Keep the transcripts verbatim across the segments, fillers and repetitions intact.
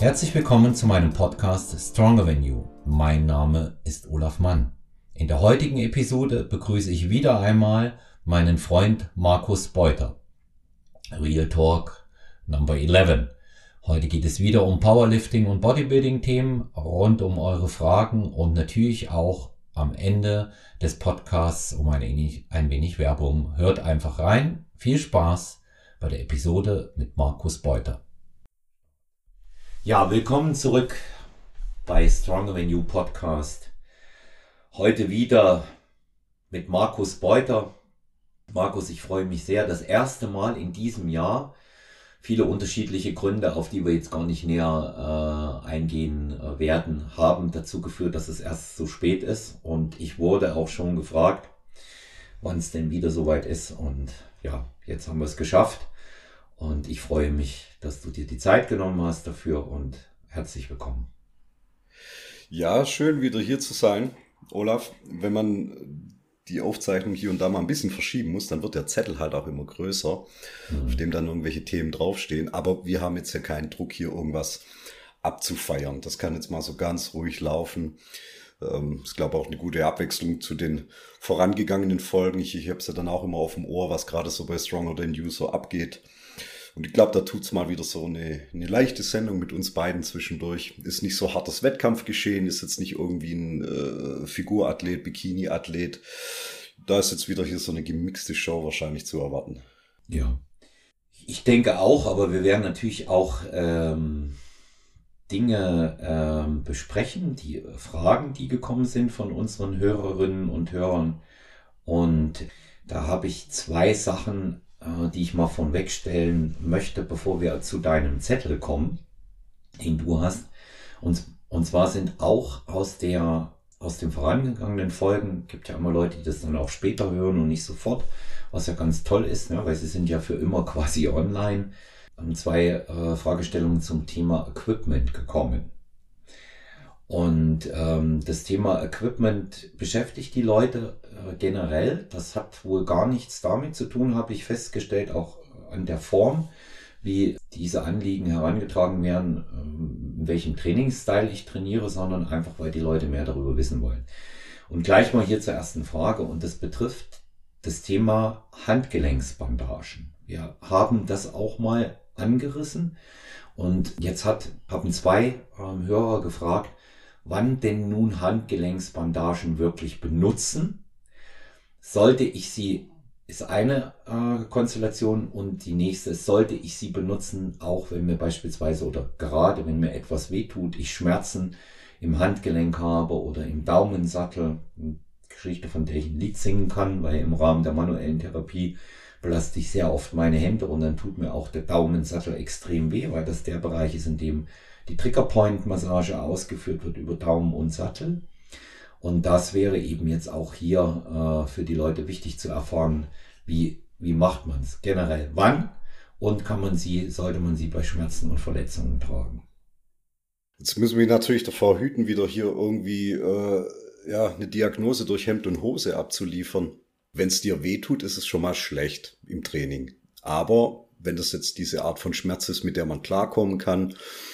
Herzlich willkommen zu meinem Podcast Stronger Than You. Mein Name ist Olaf Mann. In der heutigen Episode begrüße ich wieder einmal meinen Freund Markus Beuter. Real Talk Number elf. Heute geht es wieder um Powerlifting und Bodybuilding-Themen rund um eure Fragen und natürlich auch am Ende des Podcasts um ein wenig, ein wenig Werbung. Hört einfach rein. Viel Spaß bei der Episode mit Markus Beuter. Ja, willkommen zurück bei Stronger Than You Podcast. Heute wieder mit Markus Beuter. Markus, ich freue mich sehr. Das erste Mal in diesem Jahr. Viele unterschiedliche Gründe, auf die wir jetzt gar nicht näher äh, eingehen äh, werden, haben dazu geführt, dass es erst so spät ist. Und ich wurde auch schon gefragt, wann es denn wieder soweit ist. Und ja, jetzt haben wir es geschafft. Und ich freue mich, dass du dir die Zeit genommen hast dafür und herzlich willkommen. Ja, schön wieder hier zu sein, Olaf. Wenn man die Aufzeichnung hier und da mal ein bisschen verschieben muss, dann wird der Zettel halt auch immer größer, mhm. auf dem dann irgendwelche Themen draufstehen. Aber wir haben jetzt ja keinen Druck, hier irgendwas abzufeiern. Das kann jetzt mal so ganz ruhig laufen. Ähm, ist, glaube ich, auch eine gute Abwechslung zu den vorangegangenen Folgen. Ich, ich habe es ja dann auch immer auf dem Ohr, was gerade so bei Stronger Than You so abgeht. Und ich glaube, da tut's mal wieder so eine, eine leichte Sendung mit uns beiden zwischendurch. Ist nicht so hartes Wettkampfgeschehen, ist jetzt nicht irgendwie ein äh, Figurathlet, Bikini-Athlet. Da ist jetzt wieder hier so eine gemixte Show wahrscheinlich zu erwarten. Ja, ich denke auch, aber wir werden natürlich auch ähm, Dinge ähm, besprechen, die Fragen, die gekommen sind von unseren Hörerinnen und Hörern. Und da habe ich zwei Sachen, die ich mal von wegstellen möchte, bevor wir zu deinem Zettel kommen, den du hast. Und, und zwar sind auch aus der, aus den vorangegangenen Folgen, gibt ja immer Leute, die das dann auch später hören und nicht sofort, was ja ganz toll ist, ne? Weil sie sind ja für immer quasi online, zwei äh, Fragestellungen zum Thema Equipment gekommen. Und ähm, das Thema Equipment beschäftigt die Leute äh, generell. Das hat wohl gar nichts damit zu tun, habe ich festgestellt, auch an der Form, wie diese Anliegen herangetragen werden, ähm, in welchem Trainingsstyle ich trainiere, sondern einfach, weil die Leute mehr darüber wissen wollen. Und gleich mal hier zur ersten Frage, und das betrifft das Thema Handgelenksbandagen. Wir haben das auch mal angerissen und jetzt hat, haben zwei ähm, Hörer gefragt, wann denn nun Handgelenksbandagen wirklich benutzen? Sollte ich sie, ist eine äh, Konstellation, und die nächste ist, sollte ich sie benutzen, auch wenn mir beispielsweise oder gerade wenn mir etwas wehtut, ich Schmerzen im Handgelenk habe oder im Daumensattel, eine Geschichte, von der ich ein Lied singen kann, weil im Rahmen der manuellen Therapie belaste ich sehr oft meine Hände und dann tut mir auch der Daumensattel extrem weh, weil das der Bereich ist, in dem die Triggerpoint-Massage ausgeführt wird über Daumen und Sattel. Und das wäre eben jetzt auch hier äh, für die Leute wichtig zu erfahren, wie, wie macht man es generell, wann und kann man sie, sollte man sie bei Schmerzen und Verletzungen tragen. Jetzt müssen wir natürlich davor hüten, wieder hier irgendwie äh, ja, eine Diagnose durch Hemd und Hose abzuliefern. Wenn es dir wehtut, ist es schon mal schlecht im Training. Aber wenn das jetzt diese Art von Schmerz ist, mit der man klarkommen kann,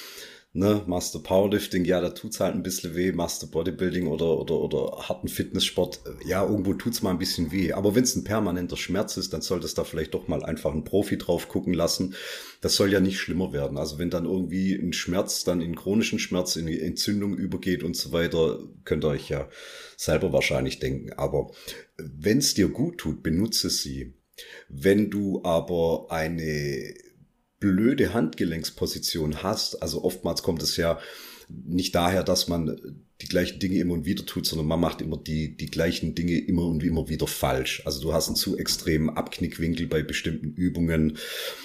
ne, machst du Powerlifting, ja, da tut's halt ein bisschen weh, machst du Bodybuilding oder oder oder harten Fitnesssport, ja, irgendwo tut's mal ein bisschen weh. Aber wenn es ein permanenter Schmerz ist, dann solltest du da vielleicht doch mal einfach einen Profi drauf gucken lassen. Das soll ja nicht schlimmer werden. Also wenn dann irgendwie ein Schmerz dann in chronischen Schmerz, in die Entzündung übergeht und so weiter, könnt ihr euch ja selber wahrscheinlich denken. Aber wenn es dir gut tut, benutze sie. Wenn du aber eine blöde Handgelenksposition hast, also oftmals kommt es ja nicht daher, dass man die gleichen Dinge immer und wieder tut, sondern man macht immer die die gleichen Dinge immer und immer wieder falsch. Also du hast einen zu extremen Abknickwinkel bei bestimmten Übungen,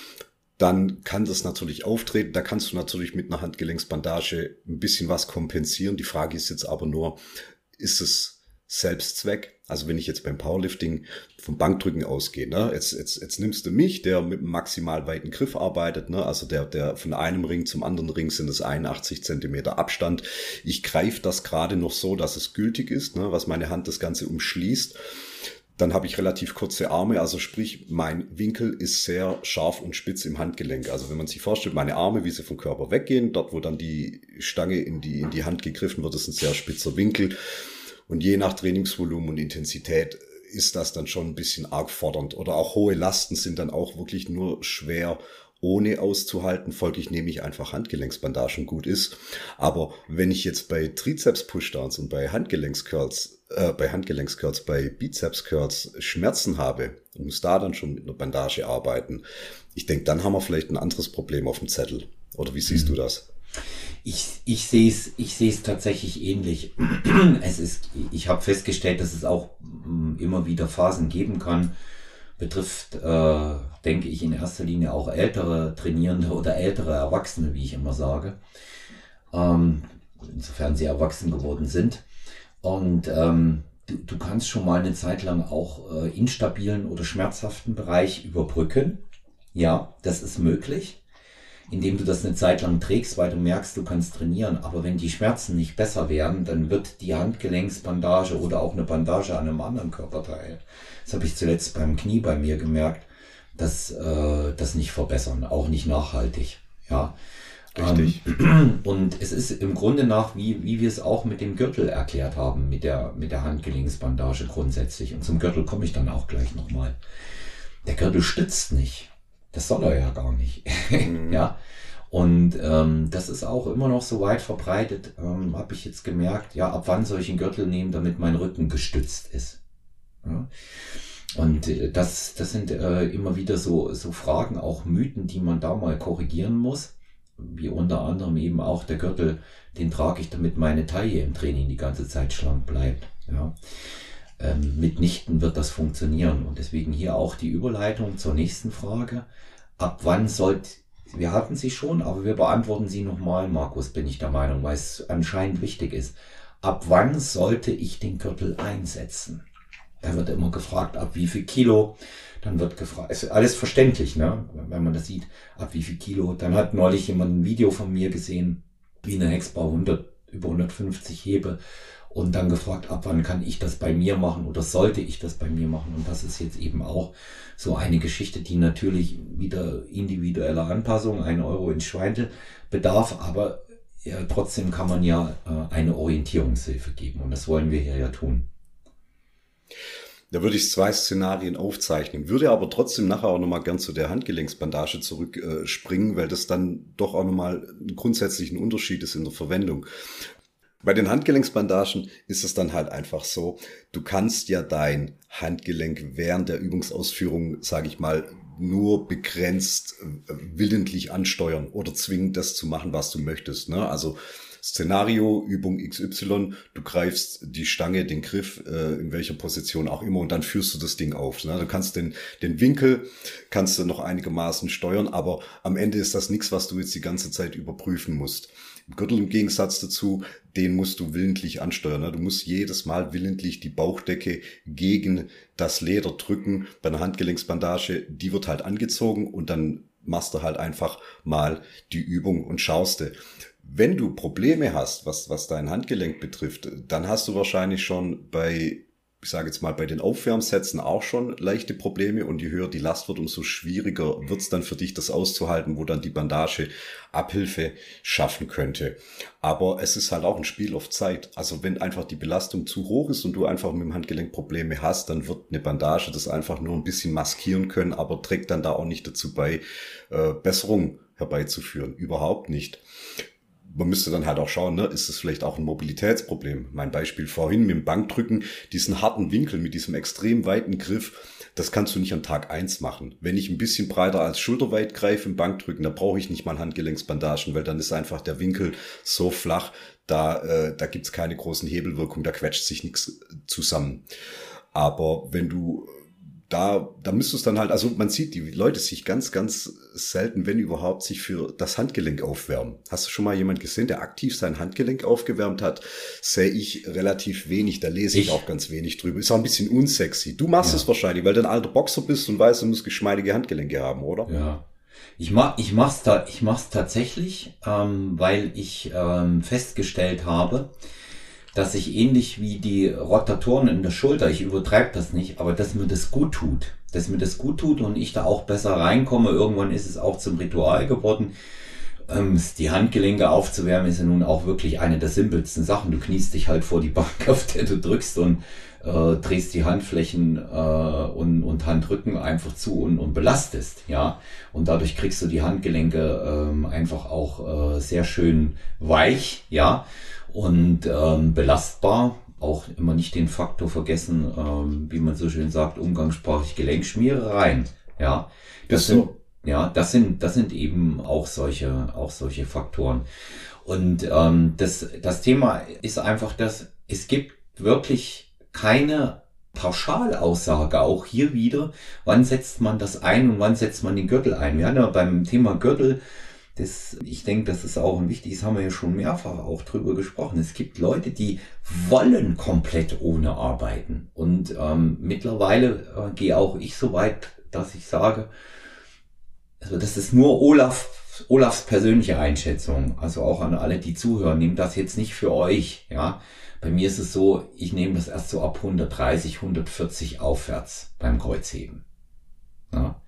dann kann das natürlich auftreten. Da kannst du natürlich mit einer Handgelenksbandage ein bisschen was kompensieren. Die Frage ist jetzt aber nur, ist es Selbstzweck? Also wenn ich jetzt beim Powerlifting vom Bankdrücken ausgehe, ne, jetzt, jetzt, jetzt nimmst du mich, der mit einem maximal weiten Griff arbeitet, ne, also der, der von einem Ring zum anderen Ring sind es einundachtzig Zentimeter Abstand. Ich greife das gerade noch so, dass es gültig ist, ne, was meine Hand das Ganze umschließt. Dann habe ich relativ kurze Arme, also sprich, mein Winkel ist sehr scharf und spitz im Handgelenk. Also wenn man sich vorstellt, meine Arme, wie sie vom Körper weggehen, dort, wo dann die Stange in die, in die Hand gegriffen wird, ist ein sehr spitzer Winkel. Und je nach Trainingsvolumen und Intensität ist das dann schon ein bisschen arg fordernd. Oder auch hohe Lasten sind dann auch wirklich nur schwer ohne auszuhalten. Folglich nehme ich einfach Handgelenksbandagen, gut ist. Aber wenn ich jetzt bei Trizeps-Pushdowns und bei Handgelenkscurls, äh, bei Handgelenkscurls, bei Bizeps-Curls Schmerzen habe und muss da dann schon mit einer Bandage arbeiten, ich denke, dann haben wir vielleicht ein anderes Problem auf dem Zettel. Oder wie siehst mhm. du das? Ich, ich sehe es ich sehe es tatsächlich ähnlich. Es ist, ich habe festgestellt, dass es auch mh, immer wieder Phasen geben kann, betrifft, äh, denke ich, in erster Linie auch ältere Trainierende oder ältere Erwachsene, wie ich immer sage, ähm, insofern sie erwachsen geworden sind. Und ähm, du, du kannst schon mal eine Zeit lang auch äh, instabilen oder schmerzhaften Bereich überbrücken. Ja, das ist möglich, indem du das eine Zeit lang trägst, weil du merkst, du kannst trainieren. Aber wenn die Schmerzen nicht besser werden, dann wird die Handgelenksbandage oder auch eine Bandage an einem anderen Körperteil, das habe ich zuletzt beim Knie bei mir gemerkt, dass äh, das nicht verbessern, auch nicht nachhaltig. Ja. Richtig. Ähm, und es ist im Grunde nach, wie, wie wir es auch mit dem Gürtel erklärt haben, mit der, mit der Handgelenksbandage grundsätzlich. Und zum Gürtel komme ich dann auch gleich nochmal. Der Gürtel stützt nicht. Das soll er ja gar nicht. Mhm. Ja. Und ähm, das ist auch immer noch so weit verbreitet, ähm, habe ich jetzt gemerkt, ja, ab wann soll ich einen Gürtel nehmen, damit mein Rücken gestützt ist. Ja. Und äh, das, das sind äh, immer wieder so, so Fragen, auch Mythen, die man da mal korrigieren muss. Wie unter anderem eben auch der Gürtel, den trage ich, damit meine Taille im Training die ganze Zeit schlank bleibt. Ja. Ähm, mitnichten wird das funktionieren. Und deswegen hier auch die Überleitung zur nächsten Frage. Ab wann sollte, wir hatten sie schon, aber wir beantworten sie nochmal, Markus, bin ich der Meinung, weil es anscheinend wichtig ist. Ab wann sollte ich den Gürtel einsetzen? Da wird immer gefragt, ab wie viel Kilo. Dann wird gefragt, ist alles verständlich, ne? Wenn man das sieht, ab wie viel Kilo. Dann hat neulich jemand ein Video von mir gesehen, wie eine Hexbar hundert, über hundertfünfzig hebe. Und dann gefragt, ab wann kann ich das bei mir machen oder sollte ich das bei mir machen? Und das ist jetzt eben auch so eine Geschichte, die natürlich wieder individueller Anpassung, ein Euro ins Schweintel bedarf, aber ja, trotzdem kann man ja äh, eine Orientierungshilfe geben und das wollen wir hier ja tun. Da würde ich zwei Szenarien aufzeichnen, würde aber trotzdem nachher auch nochmal gern zu der Handgelenksbandage zurückspringen, äh, weil das dann doch auch nochmal einen grundsätzlichen Unterschied ist in der Verwendung. Bei den Handgelenksbandagen ist es dann halt einfach so, du kannst ja dein Handgelenk während der Übungsausführung, sage ich mal, nur begrenzt äh, willentlich ansteuern oder zwingen, das zu machen, was du möchtest. Ne? Also Szenario, Übung X Y, du greifst die Stange, den Griff, äh, in welcher Position auch immer und dann führst du das Ding auf. Ne? Du kannst den, den Winkel, kannst du noch einigermaßen steuern, aber am Ende ist das nichts, was du jetzt die ganze Zeit überprüfen musst. Im Gürtel im Gegensatz dazu, den musst du willentlich ansteuern. Ne? Du musst jedes Mal willentlich die Bauchdecke gegen das Leder drücken. Bei einer Handgelenksbandage, die wird halt angezogen und dann machst du halt einfach mal die Übung und schaust du. Wenn du Probleme hast, was, was dein Handgelenk betrifft, dann hast du wahrscheinlich schon bei, ich sage jetzt mal, bei den Aufwärmsätzen auch schon leichte Probleme und je höher die Last wird, umso schwieriger wird es dann für dich, das auszuhalten, wo dann die Bandage Abhilfe schaffen könnte. Aber es ist halt auch ein Spiel auf Zeit. Also wenn einfach die Belastung zu hoch ist und du einfach mit dem Handgelenk Probleme hast, dann wird eine Bandage das einfach nur ein bisschen maskieren können, aber trägt dann da auch nicht dazu bei, äh, Besserung herbeizuführen. Überhaupt nicht. Man müsste dann halt auch schauen, ne, ist es vielleicht auch ein Mobilitätsproblem? Mein Beispiel vorhin mit dem Bankdrücken, diesen harten Winkel mit diesem extrem weiten Griff, das kannst du nicht an Tag eins machen. Wenn ich ein bisschen breiter als schulterweit greife im Bankdrücken, da brauche ich nicht mal Handgelenksbandagen, weil dann ist einfach der Winkel so flach, da, äh, da gibt's keine großen Hebelwirkungen, da quetscht sich nichts zusammen. Aber wenn du Da, da müsstest du dann halt, also man sieht, die Leute sich ganz, ganz selten, wenn überhaupt, sich für das Handgelenk aufwärmen. Hast du schon mal jemand gesehen, der aktiv sein Handgelenk aufgewärmt hat? Sehe ich relativ wenig, da lese ich, ich auch ganz wenig drüber. Ist auch ein bisschen unsexy. Du machst es ja wahrscheinlich, weil du ein alter Boxer bist und weißt, du musst geschmeidige Handgelenke haben, oder? Ja. Ich mach, ich mach's da, ich mach's tatsächlich, ähm, weil ich ähm, festgestellt habe, dass ich ähnlich wie die Rotatoren in der Schulter, ich übertreibe das nicht, aber dass mir das gut tut, dass mir das gut tut und ich da auch besser reinkomme. Irgendwann ist es auch zum Ritual geworden. Ähm, die Handgelenke aufzuwärmen ist ja nun auch wirklich eine der simpelsten Sachen. Du kniest dich halt vor die Bank, auf der du drückst und äh, drehst die Handflächen äh, und, und Handrücken einfach zu und, und belastest, ja. Und dadurch kriegst du die Handgelenke ähm, einfach auch äh, sehr schön weich, ja, und ähm, belastbar. Auch immer nicht den Faktor vergessen, ähm, wie man so schön sagt, umgangssprachlich Gelenkschmierereien, ja. Das Ist so. sind ja, das sind, das sind eben auch solche, auch solche Faktoren. Und ähm, das, das Thema ist einfach, dass es gibt wirklich keine Pauschalaussage, auch hier wieder, wann setzt man das ein und wann setzt man den Gürtel ein. Wir haben ja beim Thema Gürtel, das, ich denke, das ist auch ein wichtiges, haben wir ja schon mehrfach auch drüber gesprochen. Es gibt Leute, die wollen komplett ohne arbeiten. Und ähm, mittlerweile äh, gehe auch ich so weit, dass ich sage, also das ist nur Olaf, Olafs persönliche Einschätzung. Also auch an alle, die zuhören, nehmt das jetzt nicht für euch. Ja, bei mir ist es so, ich nehme das erst so ab hundertdreißig, hundertvierzig aufwärts beim Kreuzheben. Ja.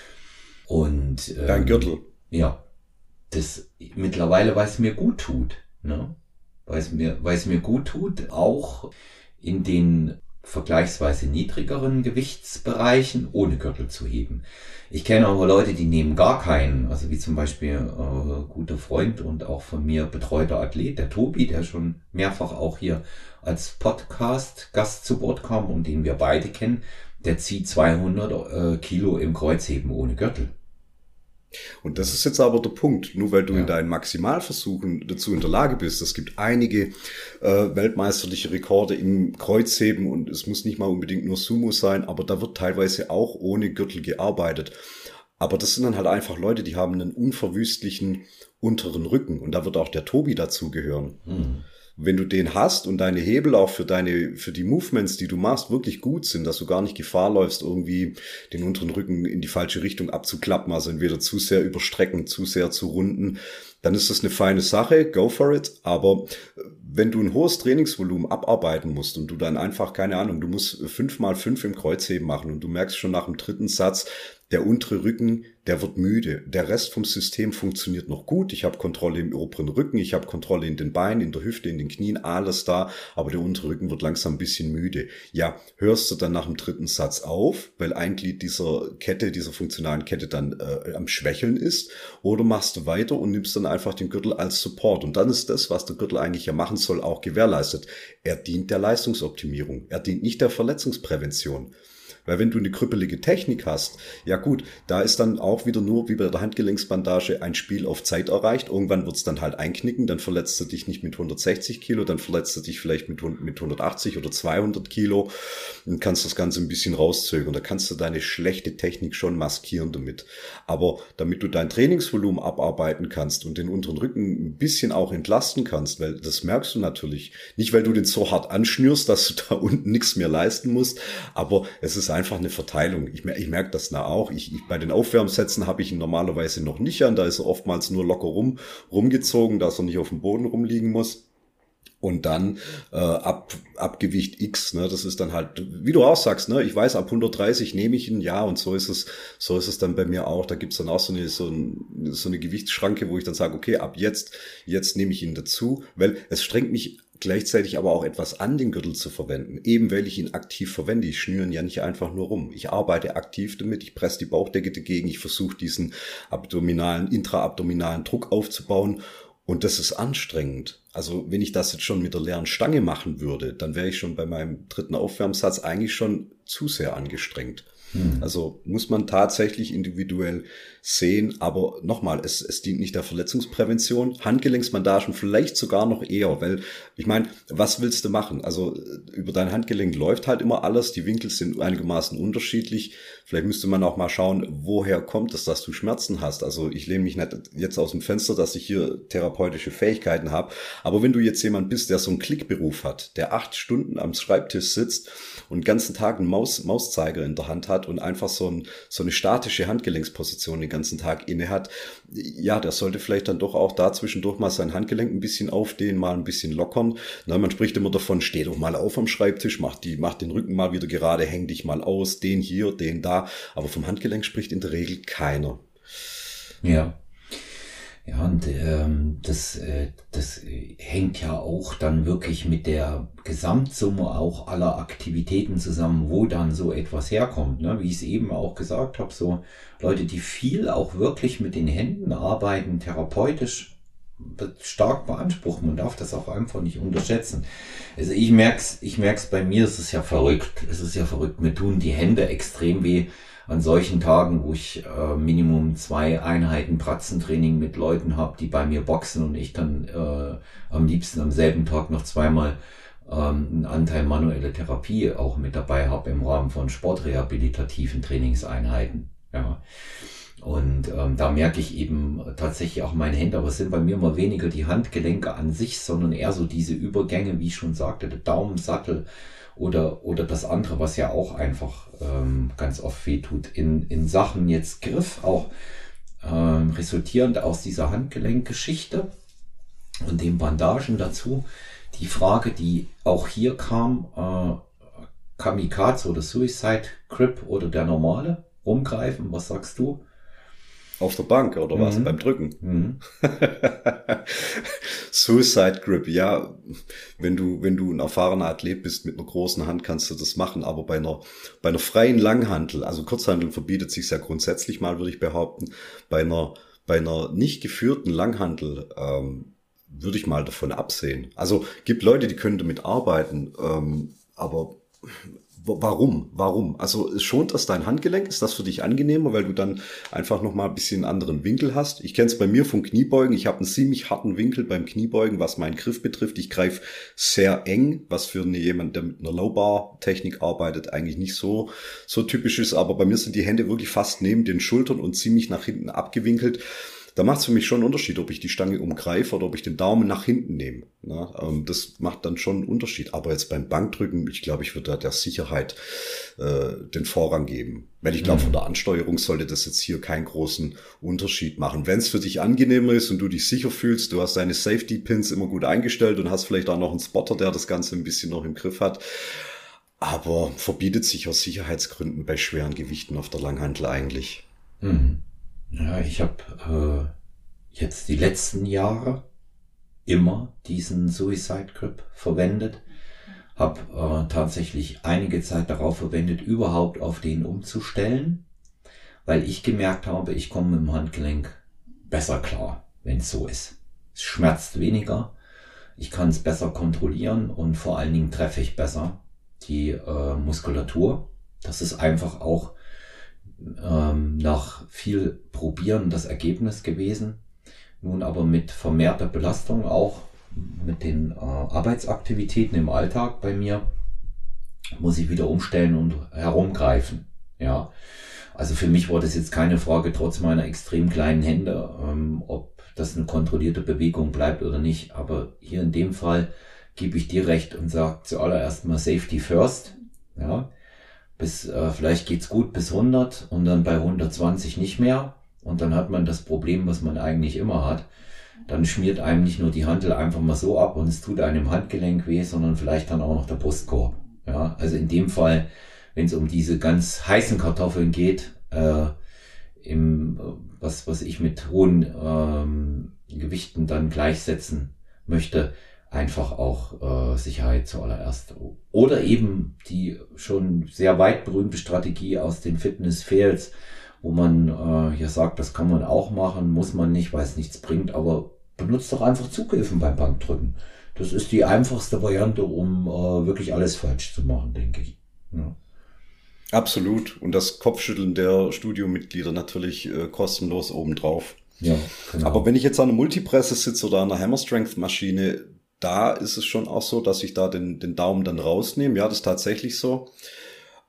Und ähm, Dein Gürtel. Ja, das mittlerweile, weil es mir gut tut. Ne? Weil es mir, weil es mir gut tut, auch in den vergleichsweise niedrigeren Gewichtsbereichen ohne Gürtel zu heben. Ich kenne aber Leute, die nehmen gar keinen, also wie zum Beispiel äh, guter Freund und auch von mir betreuter Athlet, der Tobi, der schon mehrfach auch hier als Podcast-Gast zu Wort kam und den wir beide kennen, der zieht zweihundert äh, Kilo im Kreuzheben ohne Gürtel. Und das ist jetzt aber der Punkt, nur weil du Ja. in deinen Maximalversuchen dazu in der Lage bist. Es gibt einige äh, weltmeisterliche Rekorde im Kreuzheben und es muss nicht mal unbedingt nur Sumo sein, aber da wird teilweise auch ohne Gürtel gearbeitet. Aber das sind dann halt einfach Leute, die haben einen unverwüstlichen unteren Rücken und da wird auch der Tobi dazugehören. Hm. Wenn du den hast und deine Hebel auch für deine, für die Movements, die du machst, wirklich gut sind, dass du gar nicht Gefahr läufst, irgendwie den unteren Rücken in die falsche Richtung abzuklappen, also entweder zu sehr überstrecken, zu sehr zu runden, dann ist das eine feine Sache, go for it. Aber wenn du ein hohes Trainingsvolumen abarbeiten musst und du dann einfach, keine Ahnung, du musst fünf mal fünf im Kreuzheben machen und du merkst schon nach dem dritten Satz, der untere Rücken, der wird müde. Der Rest vom System funktioniert noch gut. Ich habe Kontrolle im oberen Rücken, ich habe Kontrolle in den Beinen, in der Hüfte, in den Knien, alles da. Aber der untere Rücken wird langsam ein bisschen müde. Ja, hörst du dann nach dem dritten Satz auf, weil ein Glied dieser Kette, dieser funktionalen Kette dann äh, am Schwächeln ist? Oder machst du weiter und nimmst dann einfach den Gürtel als Support? Und dann ist das, was der Gürtel eigentlich ja machen soll, auch gewährleistet. Er dient der Leistungsoptimierung. Er dient nicht der Verletzungsprävention. Weil wenn du eine krüppelige Technik hast, ja gut, da ist dann auch wieder nur wie bei der Handgelenksbandage ein Spiel auf Zeit erreicht. Irgendwann wird's dann halt einknicken, dann verletzt du dich nicht mit hundertsechzig Kilo, dann verletzt du dich vielleicht mit, mit hundertachtzig oder zweihundert Kilo und kannst das Ganze ein bisschen rauszögern. Da kannst du deine schlechte Technik schon maskieren damit. Aber damit du dein Trainingsvolumen abarbeiten kannst und den unteren Rücken ein bisschen auch entlasten kannst, weil das merkst du natürlich, nicht weil du den so hart anschnürst, dass du da unten nichts mehr leisten musst, aber es ist einfach eine Verteilung. Ich, ich merke das da auch. Ich, ich, bei den Aufwärmsätzen habe ich ihn normalerweise noch nicht an. Da ist er oftmals nur locker rum, rumgezogen, dass er nicht auf dem Boden rumliegen muss. Und dann äh, ab, ab Gewicht X, ne, das ist dann halt, wie du auch sagst, ne, ich weiß, ab hundertdreißig nehme ich ihn, ja, und so ist es, so ist es dann bei mir auch. Da gibt's dann auch so eine, so, ein, so eine Gewichtsschranke, wo ich dann sage, okay, ab jetzt, jetzt nehme ich ihn dazu, weil es strengt mich gleichzeitig aber auch etwas an, den Gürtel zu verwenden, eben weil ich ihn aktiv verwende. Ich schnüre ihn ja nicht einfach nur rum. Ich arbeite aktiv damit, ich presse die Bauchdecke dagegen, ich versuche diesen abdominalen, intraabdominalen Druck aufzubauen und das ist anstrengend. Also wenn ich das jetzt schon mit der leeren Stange machen würde, dann wäre ich schon bei meinem dritten Aufwärmsatz eigentlich schon zu sehr angestrengt. Hm. Also muss man tatsächlich individuell sehen, aber nochmal, es, es dient nicht der Verletzungsprävention. Handgelenksbandagen vielleicht sogar noch eher, weil ich meine, was willst du machen? Also über dein Handgelenk läuft halt immer alles, die Winkel sind einigermaßen unterschiedlich. Vielleicht müsste man auch mal schauen, woher kommt es, dass du Schmerzen hast. Also ich lehne mich nicht jetzt aus dem Fenster, dass ich hier therapeutische Fähigkeiten habe, aber wenn du jetzt jemand bist, der so einen Klickberuf hat, der acht Stunden am Schreibtisch sitzt und den ganzen Tag einen Maus, Mauszeiger in der Hand hat, hat und einfach so, ein, so eine statische Handgelenksposition den ganzen Tag inne hat, ja, der sollte vielleicht dann doch auch da zwischendurch mal sein Handgelenk ein bisschen aufdehnen, mal ein bisschen lockern. Na, man spricht immer davon, steh doch mal auf am Schreibtisch, mach, die, mach den Rücken mal wieder gerade, häng dich mal aus, den hier, den da. Aber vom Handgelenk spricht in der Regel keiner. Ja. Ja, und ähm, das, äh, das hängt ja auch dann wirklich mit der Gesamtsumme auch aller Aktivitäten zusammen, wo dann so etwas herkommt. Ne? Wie ich es eben auch gesagt habe, so Leute, die viel auch wirklich mit den Händen arbeiten, therapeutisch stark beanspruchen. Man darf das auch einfach nicht unterschätzen. Also ich merk's, ich merk's bei mir, es ist ja verrückt. Es ist ja verrückt. Mir tun die Hände extrem weh. An solchen Tagen, wo ich äh, Minimum zwei Einheiten Pratzentraining mit Leuten habe, die bei mir boxen und ich dann äh, am liebsten am selben Tag noch zweimal ähm, einen Anteil manuelle Therapie auch mit dabei habe im Rahmen von sportrehabilitativen Trainingseinheiten. Ja. Und ähm, da merke ich eben tatsächlich auch meine Hände, aber es sind bei mir mal weniger die Handgelenke an sich, sondern eher so diese Übergänge, wie ich schon sagte, der Daumensattel, Oder, oder das andere, was ja auch einfach ähm, ganz oft wehtut, in, in Sachen jetzt Griff, auch ähm, resultierend aus dieser Handgelenkgeschichte und den Bandagen dazu. Die Frage, die auch hier kam, äh, Kamikaze oder Suicide Grip oder der normale, rumgreifen, was sagst du? Auf der Bank oder was? Mhm. Beim Drücken? Mhm. Suicide Grip, ja, wenn du, wenn du ein erfahrener Athlet bist mit einer großen Hand, kannst du das machen, aber bei einer, bei einer freien Langhantel, also Kurzhanteln verbietet sich ja grundsätzlich mal, würde ich behaupten, bei einer, bei einer nicht geführten Langhantel, ähm, würde ich mal davon absehen. Also, gibt Leute, die können damit arbeiten, ähm, aber warum? Warum? Also schont das dein Handgelenk? Ist das für dich angenehmer, weil du dann einfach nochmal ein bisschen einen anderen Winkel hast? Ich kenne es bei mir vom Kniebeugen. Ich habe einen ziemlich harten Winkel beim Kniebeugen, was meinen Griff betrifft. Ich greife sehr eng, was für eine, jemand, der mit einer Low-Bar-Technik arbeitet, eigentlich nicht so, so typisch ist. Aber bei mir sind die Hände wirklich fast neben den Schultern und ziemlich nach hinten abgewinkelt. Da macht es für mich schon einen Unterschied, ob ich die Stange umgreife oder ob ich den Daumen nach hinten nehme. Ja, ähm, das macht dann schon einen Unterschied. Aber jetzt beim Bankdrücken, ich glaube, ich würde da der Sicherheit äh, den Vorrang geben. Weil ich glaube, von der Ansteuerung sollte das jetzt hier keinen großen Unterschied machen. Wenn es für dich angenehmer ist und du dich sicher fühlst, du hast deine Safety-Pins immer gut eingestellt und hast vielleicht auch noch einen Spotter, der das Ganze ein bisschen noch im Griff hat. Aber verbietet sich aus Sicherheitsgründen bei schweren Gewichten auf der Langhantel eigentlich. Mhm. Ja, ich habe äh, jetzt die letzten Jahre immer diesen Suicide Grip verwendet. Habe äh, tatsächlich einige Zeit darauf verwendet, überhaupt auf den umzustellen, weil ich gemerkt habe, ich komme mit dem Handgelenk besser klar, wenn es so ist. Es schmerzt weniger, ich kann es besser kontrollieren und vor allen Dingen treffe ich besser die äh, Muskulatur. Das ist einfach auch Ähm, nach viel Probieren das Ergebnis gewesen. Nun aber mit vermehrter Belastung, auch mit den äh, Arbeitsaktivitäten im Alltag bei mir, muss ich wieder umstellen und herumgreifen. Ja, also für mich war das jetzt keine Frage, trotz meiner extrem kleinen Hände, ähm, ob das eine kontrollierte Bewegung bleibt oder nicht. Aber hier in dem Fall gebe ich dir recht und sage zuallererst mal Safety first. Ja. Bis äh, vielleicht geht's gut bis hundert und dann bei hundertzwanzig nicht mehr und dann hat man das Problem, was man eigentlich immer hat. Dann schmiert einem nicht nur die Hantel einfach mal so ab und es tut einem Handgelenk weh, sondern vielleicht dann auch noch der Brustkorb. Ja, also in dem Fall, wenn es um diese ganz heißen Kartoffeln geht, äh, im was was ich mit hohen ähm, Gewichten dann gleichsetzen möchte, einfach auch äh, Sicherheit zuallererst. Oder eben die schon sehr weit berühmte Strategie aus den Fitness-Fails, wo man äh, ja sagt, das kann man auch machen, muss man nicht, weil es nichts bringt, aber benutzt doch einfach Zughilfen beim Bankdrücken. Das ist die einfachste Variante, um äh, wirklich alles falsch zu machen, denke ich. Ja. Absolut. Und das Kopfschütteln der Studiomitglieder natürlich äh, kostenlos obendrauf. Ja, genau. Aber wenn ich jetzt an einer Multipresse sitze oder an einer Hammer Strength Maschine, da ist es schon auch so, dass ich da den, den Daumen dann rausnehme. Ja, das ist tatsächlich so.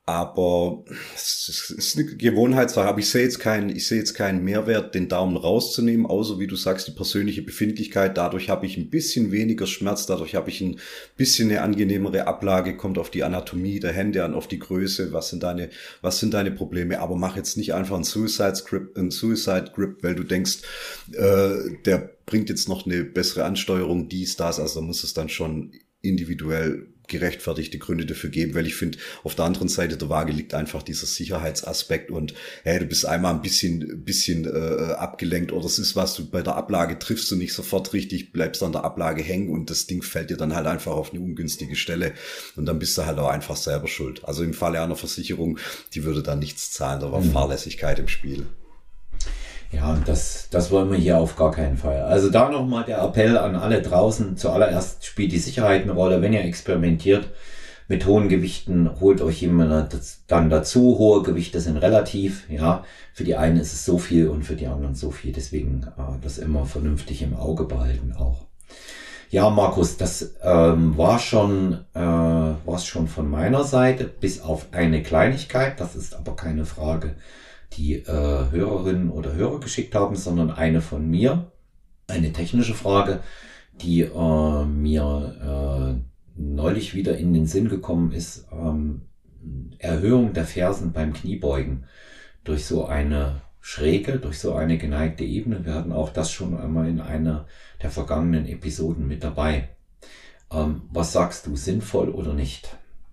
Aber es ist eine Gewohnheitssache. Aber ich sehe jetzt keinen, ich sehe jetzt keinen Mehrwert, den Daumen rauszunehmen, außer wie du sagst, die persönliche Befindlichkeit. Dadurch habe ich ein bisschen weniger Schmerz, dadurch habe ich ein bisschen eine angenehmere Ablage, kommt auf die Anatomie der Hände an, auf die Größe. Was sind deine, was sind deine Probleme? Aber mach jetzt nicht einfach einen Suicide Grip, einen Suicide Grip, weil du denkst, äh, der bringt jetzt noch eine bessere Ansteuerung, dies, das. Also da muss es dann schon individuell gerechtfertigte Gründe dafür geben, weil ich finde, auf der anderen Seite der Waage liegt einfach dieser Sicherheitsaspekt und hey, du bist einmal ein bisschen bisschen äh, abgelenkt oder es ist was, du bei der Ablage triffst du nicht sofort richtig, bleibst an der Ablage hängen und das Ding fällt dir dann halt einfach auf eine ungünstige Stelle und dann bist du halt auch einfach selber schuld. Also im Falle einer Versicherung, die würde dann nichts zahlen, da war mhm. Fahrlässigkeit im Spiel. Ja, das, das wollen wir hier auf gar keinen Fall. Also da nochmal der Appell an alle draußen. Zuallererst spielt die Sicherheit eine Rolle. Wenn ihr experimentiert mit hohen Gewichten, holt euch jemand dann dazu. Hohe Gewichte sind relativ. Ja, für die einen ist es so viel und für die anderen so viel. Deswegen äh, das immer vernünftig im Auge behalten auch. Ja, Markus, das ähm, war schon äh, war's schon von meiner Seite, bis auf eine Kleinigkeit. Das ist aber keine Frage, die äh, Hörerinnen oder Hörer geschickt haben, sondern eine von mir, eine technische Frage, die äh, mir äh, neulich wieder in den Sinn gekommen ist. Ähm, Erhöhung der Fersen beim Kniebeugen durch so eine Schräge, durch so eine geneigte Ebene. Wir hatten auch das schon einmal in einer der vergangenen Episoden mit dabei. Ähm, was sagst du, sinnvoll oder nicht?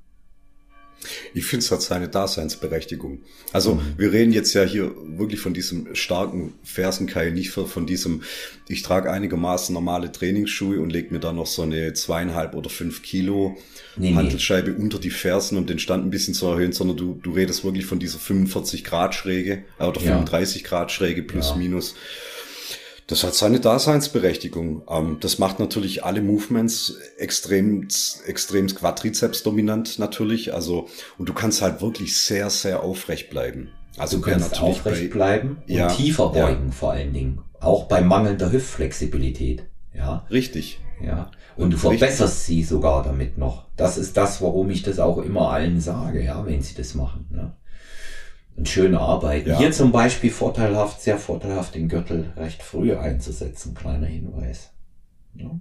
Ich finde, es hat seine Daseinsberechtigung. Also mhm. wir reden jetzt ja hier wirklich von diesem starken Fersenkeil, nicht von diesem, ich trage einigermaßen normale Trainingsschuhe und lege mir dann noch so eine zweieinhalb oder fünf Kilo nee, Hantelscheibe nee. unter die Fersen, um den Stand ein bisschen zu erhöhen, sondern du, du redest wirklich von dieser fünfundvierzig Grad Schräge oder ja. fünfunddreißig Grad Schräge plus ja. minus. Das hat seine Daseinsberechtigung. Das macht natürlich alle Movements extrem, extrem Quadrizeps dominant natürlich. Also, und du kannst halt wirklich sehr, sehr aufrecht bleiben. Also du kannst aufrecht bei, bleiben und ja, tiefer beugen ja. vor allen Dingen. Auch bei mangelnder Hüftflexibilität. Ja. Richtig. Ja. Und du verbesserst Richtig. sie sogar damit noch. Das ist das, warum ich das auch immer allen sage, ja, wenn sie das machen, ne? Und schöne Arbeiten. Ja. Hier zum Beispiel vorteilhaft, sehr vorteilhaft, den Gürtel recht früh einzusetzen. Kleiner Hinweis. Ja.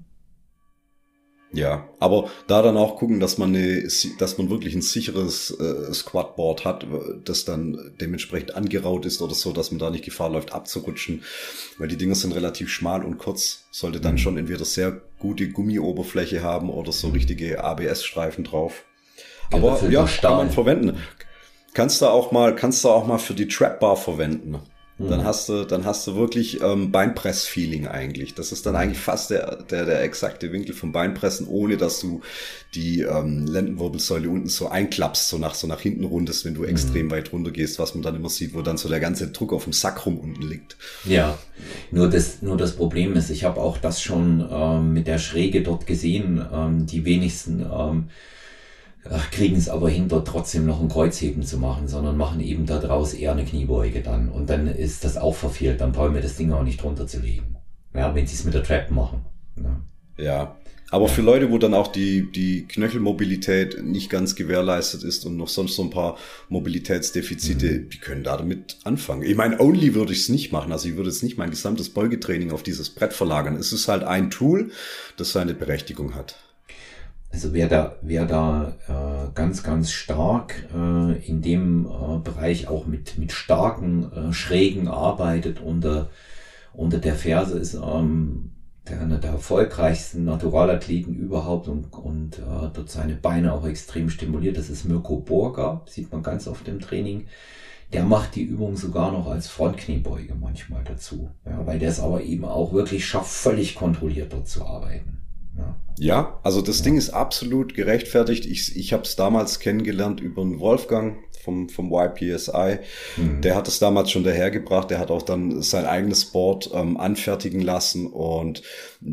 Ja, aber da dann auch gucken, dass man eine, dass man wirklich ein sicheres äh, Squatboard hat, das dann dementsprechend angeraut ist oder so, dass man da nicht Gefahr läuft abzurutschen, weil die Dinger sind relativ schmal und kurz. Sollte dann mhm. schon entweder sehr gute Gummioberfläche haben oder so richtige A B S-Streifen drauf. Aber ja, kann man verwenden. Kannst du auch mal, kannst du auch mal für die Trap Bar verwenden. Mhm. Dann hast du, dann hast du wirklich ähm, Beinpress-Feeling eigentlich. Das ist dann eigentlich fast der, der, der exakte Winkel vom Beinpressen, ohne dass du die ähm, Lendenwirbelsäule unten so einklappst, so nach, so nach hinten rundest, wenn du mhm. extrem weit runter gehst, was man dann immer sieht, wo dann so der ganze Druck auf dem Sacrum unten liegt. Ja, nur das, nur das Problem ist, ich habe auch das schon ähm, mit der Schräge dort gesehen, ähm, die wenigsten ähm, kriegen es aber hin, dort trotzdem noch ein Kreuzheben zu machen, sondern machen eben da draus eher eine Kniebeuge dann. Und dann ist das auch verfehlt, dann brauchen wir das Ding auch nicht drunter zu legen. Ja, wenn sie es mit der Trap machen. Ja, ja. Aber für Leute, wo dann auch die, die Knöchelmobilität nicht ganz gewährleistet ist und noch sonst so ein paar Mobilitätsdefizite, mhm. die können da damit anfangen. Ich meine, only würde ich es nicht machen. Also ich würde jetzt nicht mein gesamtes Beugetraining auf dieses Brett verlagern. Es ist halt ein Tool, das seine Berechtigung hat. Also wer da, wer da äh, ganz, ganz stark äh, in dem äh, Bereich auch mit mit starken äh, Schrägen arbeitet unter unter der Ferse, ist ähm, der einer der erfolgreichsten Naturalathleten überhaupt und und äh, dort seine Beine auch extrem stimuliert. Das ist Mirko Borger, sieht man ganz oft im Training. Der macht die Übung sogar noch als Frontkniebeuge manchmal dazu, ja, weil der es aber eben auch wirklich schafft, völlig kontrolliert dort zu arbeiten. Ja. Ja, also das ja. Ding ist absolut gerechtfertigt. Ich, ich habe es damals kennengelernt über einen Wolfgang vom, vom Y P S I. Mhm. Der hat es damals schon dahergebracht. Der hat auch dann sein eigenes Board ähm, anfertigen lassen und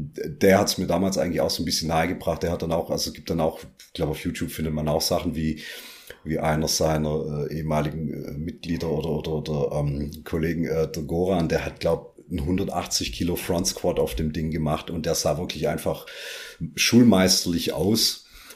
der hat es mir damals eigentlich auch so ein bisschen nahegebracht. Der hat dann auch, also es gibt dann auch, ich glaube auf YouTube findet man auch Sachen wie wie einer seiner äh, ehemaligen äh, Mitglieder oder oder, oder ähm, Kollegen, äh, der Goran, der hat, glaube ein hundertachtzig Kilo Front Squat auf dem Ding gemacht und der sah wirklich einfach schulmeisterlich aus.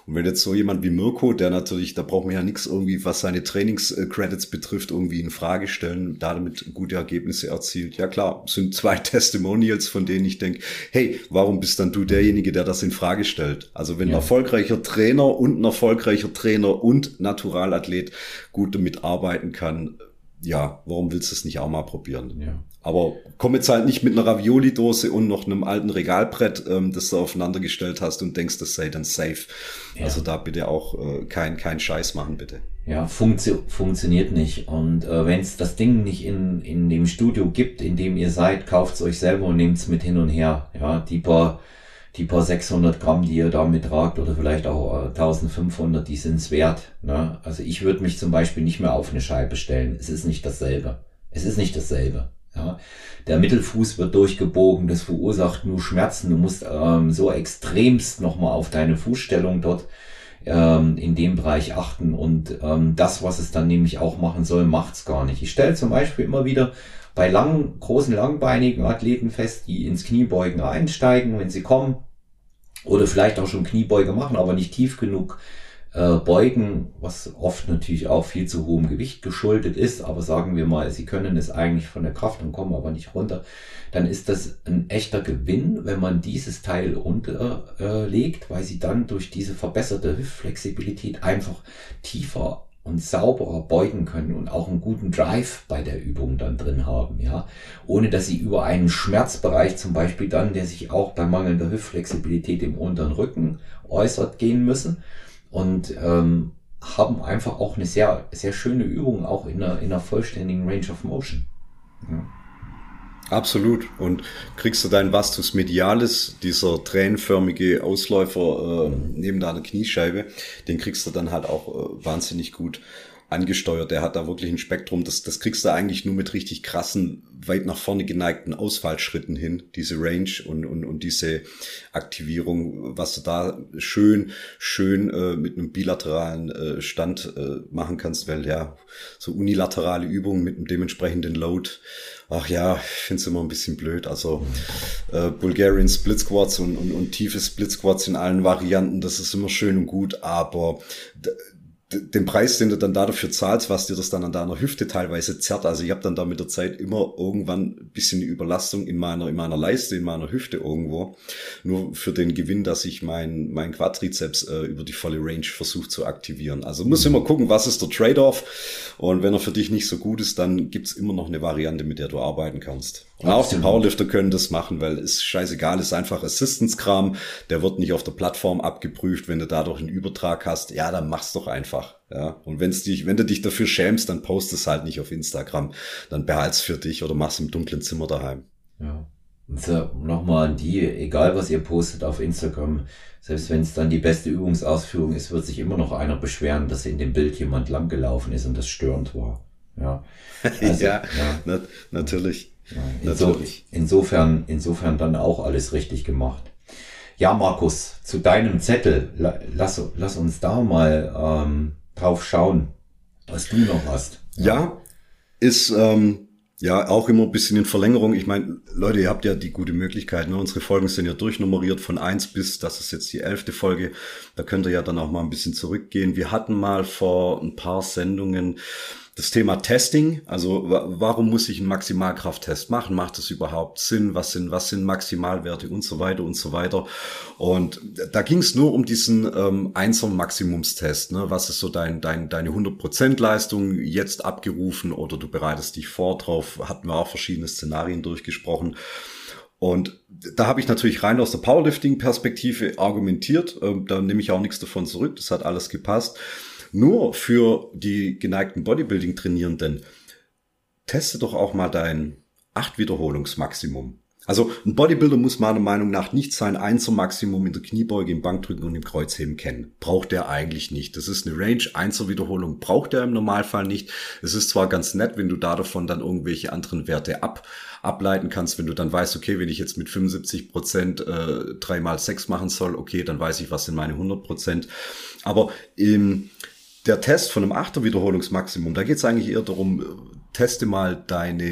Und wenn jetzt so jemand wie Mirko, der natürlich, da braucht man ja nichts irgendwie, was seine Trainingscredits betrifft, irgendwie in Frage stellen, damit gute Ergebnisse erzielt. Ja klar, sind zwei Testimonials, von denen ich denke, hey, warum bist dann du derjenige, der das in Frage stellt? Also wenn ja. ein erfolgreicher Trainer und ein erfolgreicher Trainer und Naturalathlet gut damit arbeiten kann, ja, warum willst du es nicht auch mal probieren? Ja. Aber komm jetzt halt nicht mit einer Ravioli-Dose und noch einem alten Regalbrett, ähm, das du aufeinander gestellt hast und denkst, das sei dann safe. Ja. Also da bitte auch äh, kein kein Scheiß machen, bitte. Ja, funktio- funktioniert nicht. Und äh, wenn es das Ding nicht in in dem Studio gibt, in dem ihr seid, kauft es euch selber und nehmt es mit hin und her. Ja, die paar die paar sechshundert Gramm, die ihr da mittragt oder vielleicht auch äh, eintausendfünfhundert, die sind's wert. Ne? Also ich würde mich zum Beispiel nicht mehr auf eine Scheibe stellen. Es ist nicht dasselbe. Es ist nicht dasselbe. Ja, der Mittelfuß wird durchgebogen, das verursacht nur Schmerzen. Du musst ähm, so extremst nochmal auf deine Fußstellung dort ähm, in dem Bereich achten. Und ähm, das, was es dann nämlich auch machen soll, macht's gar nicht. Ich stelle zum Beispiel immer wieder bei langen, großen, langbeinigen Athleten fest, die ins Kniebeugen einsteigen, wenn sie kommen, oder vielleicht auch schon Kniebeuge machen, aber nicht tief genug äh, beugen, was oft natürlich auch viel zu hohem Gewicht geschuldet ist, aber sagen wir mal, sie können es eigentlich von der Kraft und kommen aber nicht runter, dann ist das ein echter Gewinn, wenn man dieses Teil unterlegt, äh, weil sie dann durch diese verbesserte Hüftflexibilität einfach tiefer und sauberer beugen können und auch einen guten Drive bei der Übung dann drin haben, ja, ohne dass sie über einen Schmerzbereich zum Beispiel dann, der sich auch bei mangelnder Hüftflexibilität im unteren Rücken äußert, gehen müssen und ähm, haben einfach auch eine sehr sehr schöne Übung auch in einer, in einer vollständigen Range of Motion. Ja. Absolut. Und kriegst du dein Vastus medialis, dieser tränenförmige Ausläufer äh, neben deiner Kniescheibe, den kriegst du dann halt auch äh, wahnsinnig gut angesteuert. Der hat da wirklich ein Spektrum. Das, das kriegst du eigentlich nur mit richtig krassen, weit nach vorne geneigten Ausfallschritten hin, diese Range und, und, und diese Aktivierung, was du da schön, schön äh, mit einem bilateralen äh, Stand äh, machen kannst, weil ja, so unilaterale Übungen mit einem dementsprechenden Load, ach ja, ich finde es immer ein bisschen blöd. Also äh, Bulgarian Split Squats und, und, und tiefe Split Squats in allen Varianten, das ist immer schön und gut, aber d- den Preis, den du dann dafür zahlst, was dir das dann an deiner Hüfte teilweise zerrt. Also ich habe dann da mit der Zeit immer irgendwann ein bisschen eine Überlastung in meiner in meiner Leiste, in meiner Hüfte irgendwo. Nur für den Gewinn, dass ich mein mein Quadrizeps äh, über die volle Range versuche zu aktivieren. Also muss immer gucken, was ist der Trade-off. Und wenn er für dich nicht so gut ist, dann gibt's immer noch eine Variante, mit der du arbeiten kannst. Und auch die Powerlifter können das machen, weil es scheißegal ist, einfach Assistance-Kram. Der wird nicht auf der Plattform abgeprüft. Wenn du dadurch einen Übertrag hast, ja, dann mach's doch einfach. Ja, und wenn's dich, wenn du dich dafür schämst, dann post es halt nicht auf Instagram. Dann behalt's für dich oder mach's im dunklen Zimmer daheim. Ja. Und so, nochmal an die, egal was ihr postet auf Instagram, selbst wenn es dann die beste Übungsausführung ist, wird sich immer noch einer beschweren, dass in dem Bild jemand langgelaufen ist und das störend war. Ja, also, ja, ja. Na, natürlich. Ja, inso, insofern, insofern dann auch alles richtig gemacht. Ja, Markus, zu deinem Zettel, lass, lass uns da mal ähm, drauf schauen, was du noch hast. Ja, ja ist ähm, ja auch immer ein bisschen in Verlängerung. Ich meine, Leute, ihr habt ja die gute Möglichkeit, ne? Unsere Folgen sind ja durchnummeriert von eins bis, das ist jetzt die elfte Folge. Da könnt ihr ja dann auch mal ein bisschen zurückgehen. Wir hatten mal vor ein paar Sendungen das Thema Testing, also warum muss ich einen Maximalkrafttest machen? Macht das überhaupt Sinn? Was sind was sind Maximalwerte und so weiter und so weiter? Und da ging es nur um diesen ähm, Einser-Maximumstest. Ne? Was ist so dein dein deine hundert Prozent Leistung jetzt abgerufen oder du bereitest dich vor drauf? Hatten wir auch verschiedene Szenarien durchgesprochen. Und da habe ich natürlich rein aus der Powerlifting-Perspektive argumentiert. Ähm, da nehme ich auch nichts davon zurück. Das hat alles gepasst. Nur für die geneigten Bodybuilding-Trainierenden, teste doch auch mal dein acht Wiederholungsmaximum. Also ein Bodybuilder muss meiner Meinung nach nicht sein Einser-Maximum in der Kniebeuge, im Bankdrücken und im Kreuzheben kennen. Braucht er eigentlich nicht. Das ist eine Range, Einser-Wiederholung braucht er im Normalfall nicht. Es ist zwar ganz nett, wenn du da davon dann irgendwelche anderen Werte ab, ableiten kannst, wenn du dann weißt, okay, wenn ich jetzt mit fünfundsiebzig Prozent äh, drei mal sechs machen soll, okay, dann weiß ich, was sind meine hundert Prozent. Aber im der Test von einem Achter Wiederholungsmaximum, da geht es eigentlich eher darum, teste mal deine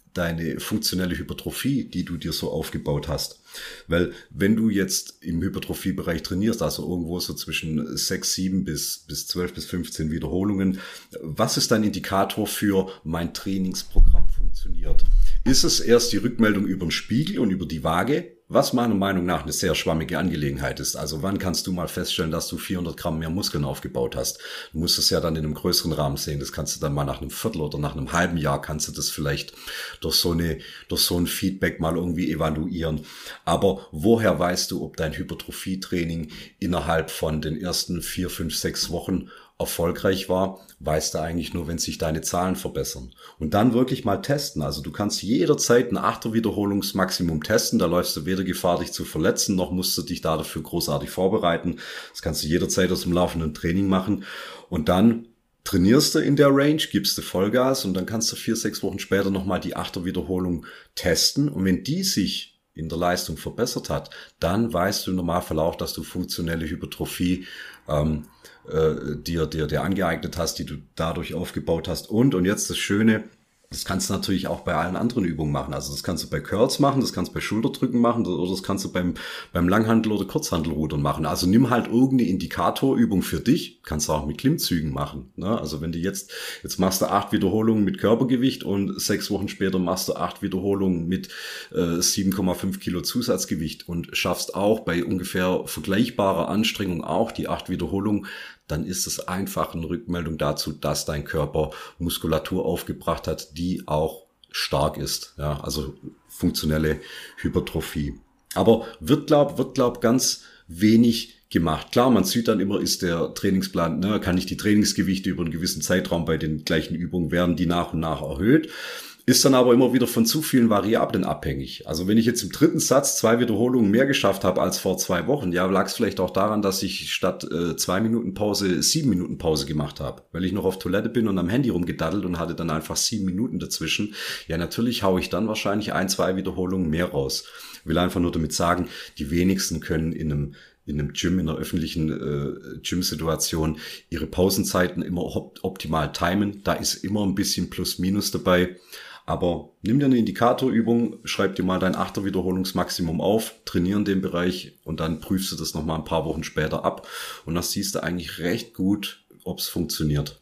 deine funktionelle Hypertrophie, die du dir so aufgebaut hast. Weil wenn du jetzt im Hypertrophiebereich trainierst, also irgendwo so zwischen sechs, sieben bis, bis zwölf bis fünfzehn Wiederholungen, was ist dein Indikator für mein Trainingsprogramm funktioniert? Ist es erst die Rückmeldung über den Spiegel und über die Waage? Was meiner Meinung nach eine sehr schwammige Angelegenheit ist. Also wann kannst du mal feststellen, dass du vierhundert Gramm mehr Muskeln aufgebaut hast? Du musst es ja dann in einem größeren Rahmen sehen. Das kannst du dann mal nach einem Viertel oder nach einem halben Jahr kannst du das vielleicht durch so eine, durch so ein Feedback mal irgendwie evaluieren. Aber woher weißt du, ob dein Hypertrophietraining innerhalb von den ersten vier, fünf, sechs Wochen erfolgreich war, weißt du eigentlich nur, wenn sich deine Zahlen verbessern. Und dann wirklich mal testen. Also du kannst jederzeit ein Achter-Wiederholungsmaximum testen. Da läufst du weder Gefahr, dich zu verletzen, noch musst du dich da dafür großartig vorbereiten. Das kannst du jederzeit aus dem laufenden Training machen. Und dann trainierst du in der Range, gibst du Vollgas und dann kannst du vier, sechs Wochen später nochmal die Achter-Wiederholung testen. Und wenn die sich in der Leistung verbessert hat, dann weißt du im Normalfall auch, dass du funktionelle Hypertrophie ähm, äh, dir, dir, dir angeeignet hast, die du dadurch aufgebaut hast. Und, und jetzt das Schöne, das kannst du natürlich auch bei allen anderen Übungen machen. Also das kannst du bei Curls machen, das kannst du bei Schulterdrücken machen oder das kannst du beim, beim Langhandel- oder Kurzhandelrudern machen. Also nimm halt irgendeine Indikatorübung für dich, kannst du auch mit Klimmzügen machen. Ne? Also wenn du jetzt, jetzt machst du acht Wiederholungen mit Körpergewicht und sechs Wochen später machst du acht Wiederholungen mit äh, sieben Komma fünf Kilo Zusatzgewicht und schaffst auch bei ungefähr vergleichbarer Anstrengung auch die acht Wiederholungen, dann ist es einfach eine Rückmeldung dazu, dass dein Körper Muskulatur aufgebracht hat, die auch stark ist. Ja, also funktionelle Hypertrophie. Aber wird, glaub, wird, glaub, ganz wenig gemacht. Klar, man sieht dann immer, ist der Trainingsplan, ne, kann ich die Trainingsgewichte über einen gewissen Zeitraum bei den gleichen Übungen werden, die nach und nach erhöht. Ist dann aber immer wieder von zu vielen Variablen abhängig. Also wenn ich jetzt im dritten Satz zwei Wiederholungen mehr geschafft habe als vor zwei Wochen, ja, lag es vielleicht auch daran, dass ich statt äh, zwei Minuten Pause sieben Minuten Pause gemacht habe, weil ich noch auf Toilette bin und am Handy rumgedaddelt und hatte dann einfach sieben Minuten dazwischen. Ja, natürlich haue ich dann wahrscheinlich ein, zwei Wiederholungen mehr raus. Ich will einfach nur damit sagen, die wenigsten können in einem in einem Gym, in einer öffentlichen äh, Gym-Situation ihre Pausenzeiten immer op- optimal timen. Da ist immer ein bisschen Plus-Minus dabei. Aber nimm dir eine Indikatorübung, schreib dir mal dein Achter-Wiederholungsmaximum auf, trainier in dem Bereich und dann prüfst du das nochmal ein paar Wochen später ab. Und das siehst du eigentlich recht gut, ob es funktioniert.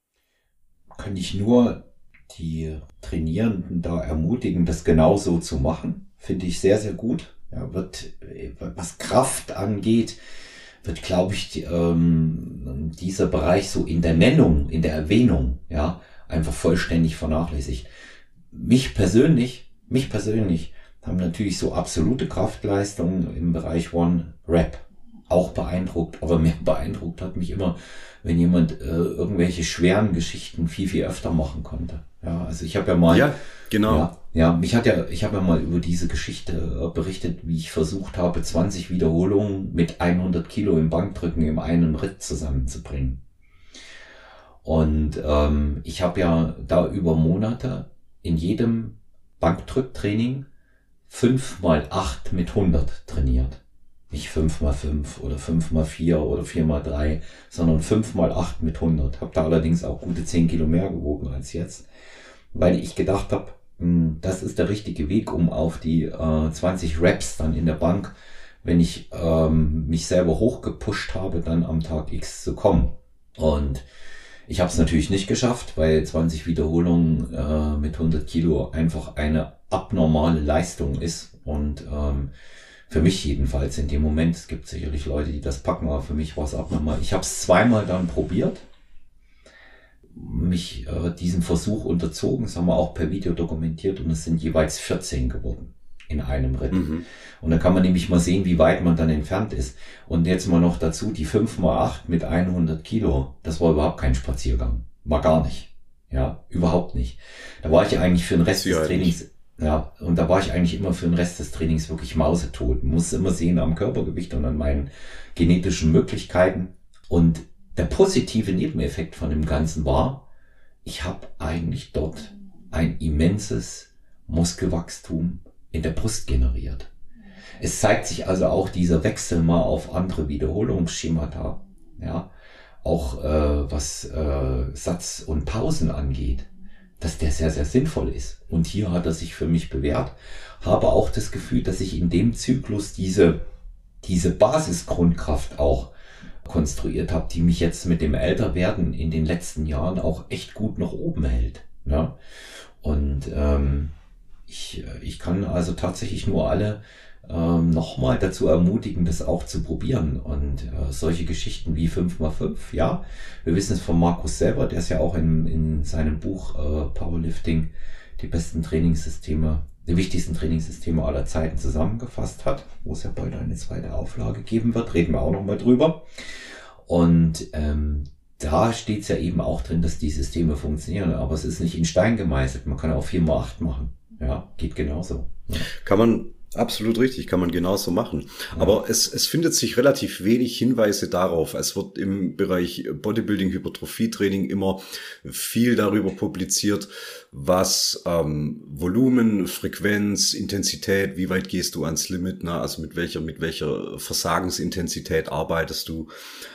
Kann ich nur die Trainierenden da ermutigen, das genauso zu machen. Finde ich sehr, sehr gut. Ja, wird, was Kraft angeht, wird, glaube ich, ähm, dieser Bereich so in der Nennung, in der Erwähnung, ja, einfach vollständig vernachlässigt. Mich persönlich, mich persönlich haben natürlich so absolute Kraftleistungen im Bereich One Rep auch beeindruckt, aber mehr beeindruckt hat mich immer, wenn jemand äh, irgendwelche schweren Geschichten viel, viel öfter machen konnte. Ja, also ich habe ja mal, ja, genau. Ja, ja, mich hat ja, ich habe ja mal über diese Geschichte äh, berichtet, wie ich versucht habe, zwanzig Wiederholungen mit hundert Kilo im Bankdrücken in einem Ritt zusammenzubringen. Und ähm, ich habe ja da über Monate in jedem Bankdrücktraining fünf mal acht mit hundert trainiert. Nicht fünf mal fünf oder fünf mal vier oder vier mal drei, sondern fünf mal acht mit hundert. Hab da allerdings auch gute zehn Kilo mehr gewogen als jetzt, weil ich gedacht habe, das ist der richtige Weg, um auf die äh, zwanzig Reps dann in der Bank, wenn ich ähm, mich selber hochgepusht habe, dann am Tag X zu kommen. Und ich habe es natürlich nicht geschafft, weil zwanzig Wiederholungen äh, mit hundert Kilo einfach eine abnormale Leistung ist. Und ähm, für mich jedenfalls in dem Moment, es gibt sicherlich Leute, die das packen, aber für mich war es abnormal. Ich habe es zweimal dann probiert, mich äh, diesem Versuch unterzogen, das haben wir auch per Video dokumentiert und es sind jeweils vierzehn geworden in einem Ritt. Mhm. Und dann kann man nämlich mal sehen, wie weit man dann entfernt ist. Und jetzt mal noch dazu, die fünf mal acht mit hundert Kilo, das war überhaupt kein Spaziergang. War gar nicht. Ja, überhaupt nicht. Da war ich eigentlich für den Rest des Trainings, ja, und da war ich eigentlich immer für den Rest des Trainings wirklich mausetot. Man muss immer sehen am Körpergewicht und an meinen genetischen Möglichkeiten. Und der positive Nebeneffekt von dem Ganzen war, ich habe eigentlich dort ein immenses Muskelwachstum in der Brust generiert. Es zeigt sich also auch dieser Wechsel mal auf andere Wiederholungsschemata, ja, auch äh, was äh, Satz und Pausen angeht, dass der sehr, sehr sinnvoll ist. Und hier hat er sich für mich bewährt. Habe auch das Gefühl, dass ich in dem Zyklus diese, diese Basisgrundkraft auch konstruiert habe, die mich jetzt mit dem Älterwerden in den letzten Jahren auch echt gut nach oben hält. Ne? Und ähm, ich, ich kann also tatsächlich nur alle ähm, nochmal dazu ermutigen, das auch zu probieren. Und äh, solche Geschichten wie fünf mal fünf, ja, wir wissen es von Markus selber, der ist ja auch in, in seinem Buch äh, Powerlifting die besten Trainingssysteme, die wichtigsten Trainingssysteme aller Zeiten zusammengefasst hat, wo es ja bald eine zweite Auflage geben wird, reden wir auch nochmal drüber. Und ähm, da steht es ja eben auch drin, dass die Systeme funktionieren, aber es ist nicht in Stein gemeißelt, man kann auch vier mal acht machen, ja, geht genauso. Ja. Kann man Absolut richtig, kann man genauso machen. Ja. Aber es, es findet sich relativ wenig Hinweise darauf. Es wird im Bereich Bodybuilding, Hypertrophietraining immer viel darüber publiziert, was ähm, Volumen, Frequenz, Intensität, wie weit gehst du ans Limit, ne? Also mit welcher, mit welcher Versagensintensität arbeitest du.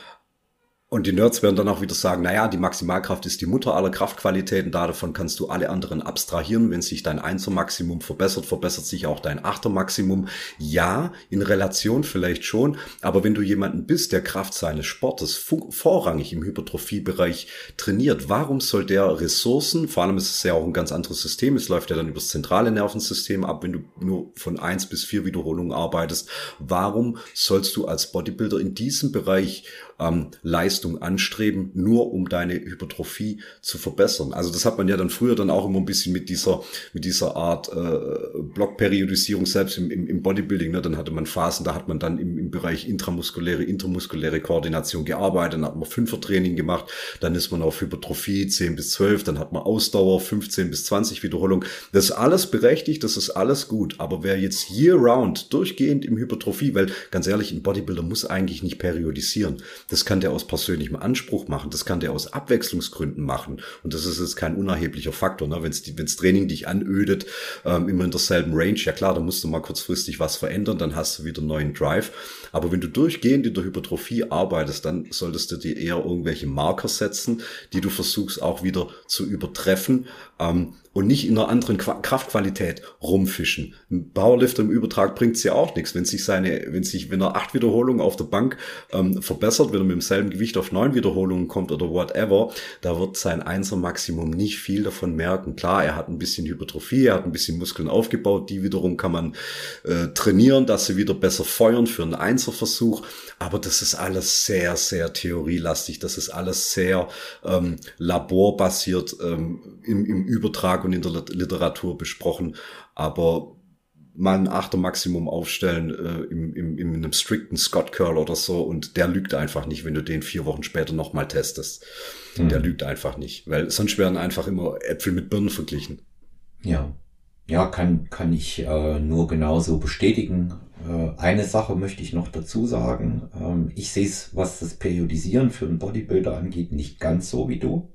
Und die Nerds werden dann auch wieder sagen, naja, die Maximalkraft ist die Mutter aller Kraftqualitäten, davon kannst du alle anderen abstrahieren. Wenn sich dein Einser-Maximum verbessert, verbessert sich auch dein Achter-Maximum. Ja, in Relation vielleicht schon, aber wenn du jemanden bist, der Kraft seines Sportes vorrangig im Hypertrophiebereich trainiert, warum soll der Ressourcen, vor allem ist es ja auch ein ganz anderes System, es läuft ja dann über das zentrale Nervensystem ab, wenn du nur von eins bis vier Wiederholungen arbeitest, warum sollst du als Bodybuilder in diesem Bereich ähm, Leistung anstreben, nur um deine Hypertrophie zu verbessern. Also das hat man ja dann früher dann auch immer ein bisschen mit dieser mit dieser Art äh, Blockperiodisierung selbst im, im, im Bodybuilding. Ne? Dann hatte man Phasen, da hat man dann im, im Bereich intramuskuläre, intermuskuläre Koordination gearbeitet, dann hat man Fünfertraining gemacht, dann ist man auf Hypertrophie zehn bis zwölf, dann hat man Ausdauer fünfzehn bis zwanzig Wiederholungen. Das ist alles berechtigt, das ist alles gut. Aber wer jetzt year-round durchgehend im Hypertrophie, weil ganz ehrlich, ein Bodybuilder muss eigentlich nicht periodisieren. Das kann der aus persönlichem Anspruch machen, das kann der aus Abwechslungsgründen machen. Und das ist jetzt kein unerheblicher Faktor. Ne? Wenn das Training dich anödet, ähm, immer in derselben Range, ja klar, da musst du mal kurzfristig was verändern, dann hast du wieder neuen Drive. Aber wenn du durchgehend in der Hypertrophie arbeitest, dann solltest du dir eher irgendwelche Marker setzen, die du versuchst auch wieder zu übertreffen, ähm, und nicht in einer anderen Qu- Kraftqualität rumfischen. Ein Powerlifter im Übertrag bringt's ja auch nichts. Wenn sich seine, wenn sich, wenn er acht Wiederholungen auf der Bank ähm, verbessert, wenn er mit demselben Gewicht auf neun Wiederholungen kommt oder whatever, da wird sein Einser-Maximum nicht viel davon merken. Klar, er hat ein bisschen Hypertrophie, er hat ein bisschen Muskeln aufgebaut, die wiederum kann man äh, trainieren, dass sie wieder besser feuern für einen Einser-Versuch. Aber das ist alles sehr, sehr theorielastig. Das ist alles sehr ähm, laborbasiert ähm, im, im Übertrag und in der Literatur besprochen, aber mal ein Achter-Maximum aufstellen äh, im, im, in einem strikten Scott-Curl oder so und der lügt einfach nicht, wenn du den vier Wochen später nochmal testest. Mhm. Der lügt einfach nicht, weil sonst werden einfach immer Äpfel mit Birnen verglichen. Ja, ja, kann, kann ich äh, nur genauso bestätigen. Äh, eine Sache möchte ich noch dazu sagen. Ähm, ich sehe es, was das Periodisieren für einen Bodybuilder angeht, nicht ganz so wie du.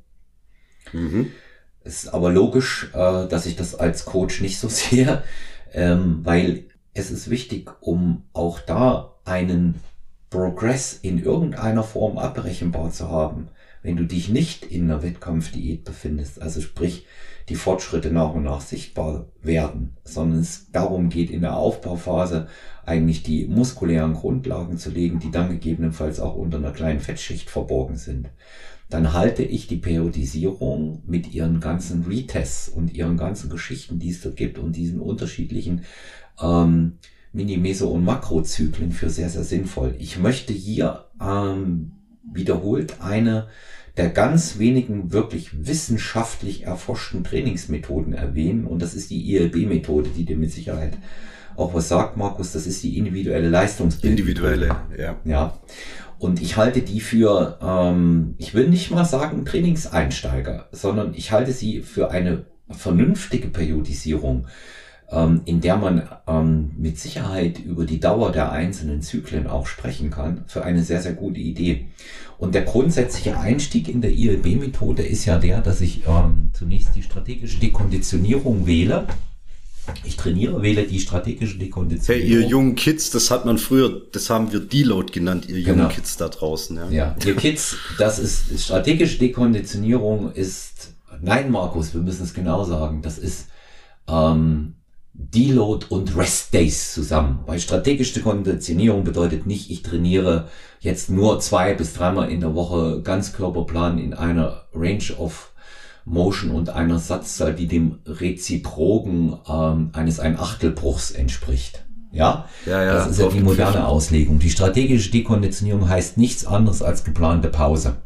Mhm. Es ist aber logisch, äh, dass ich das als Coach nicht so sehe, ähm, weil es ist wichtig, um auch da einen Progress in irgendeiner Form abrechenbar zu haben. Wenn du dich nicht in einer Wettkampfdiät befindest, also sprich die Fortschritte nach und nach sichtbar werden, sondern es darum geht, in der Aufbauphase eigentlich die muskulären Grundlagen zu legen, die dann gegebenenfalls auch unter einer kleinen Fettschicht verborgen sind, dann halte ich die Periodisierung mit ihren ganzen Retests und ihren ganzen Geschichten, die es dort gibt und diesen unterschiedlichen ähm, Mini-, Meso- und Makrozyklen für sehr, sehr sinnvoll. Ich möchte hier ähm, wiederholt eine der ganz wenigen wirklich wissenschaftlich erforschten Trainingsmethoden erwähnen und das ist die I L B-Methode, die dir mit Sicherheit auch was sagt, Markus. Das ist die individuelle Leistungsbildung. Individuelle, ja. Ja. Und ich halte die für, ähm, ich will nicht mal sagen Trainingseinsteiger, sondern ich halte sie für eine vernünftige Periodisierung, ähm, in der man ähm, mit Sicherheit über die Dauer der einzelnen Zyklen auch sprechen kann, für eine sehr, sehr gute Idee. Und der grundsätzliche Einstieg in der I L B-Methode ist ja der, dass ich ähm, zunächst die strategische Dekonditionierung wähle. Ich trainiere, wähle die strategische Dekonditionierung. Hey, ihr jungen Kids, das hat man früher, das haben wir Deload genannt, ihr jungen genau. Kids da draußen. Ja, ja, ihr Kids, das ist, strategische Dekonditionierung ist Nein, Markus, wir müssen es genau sagen. Das ist ähm, Deload und Rest Days zusammen. Weil strategische Konditionierung bedeutet nicht, ich trainiere jetzt nur zwei bis dreimal in der Woche Ganzkörperplan in einer Range of Motion und einer Satzzahl, die dem Reziproken ähm, eines Ein-Achtelbruchs entspricht. Ja, ja, ja, das ist ja die moderne Auslegung. Die strategische Dekonditionierung heißt nichts anderes als geplante Pause.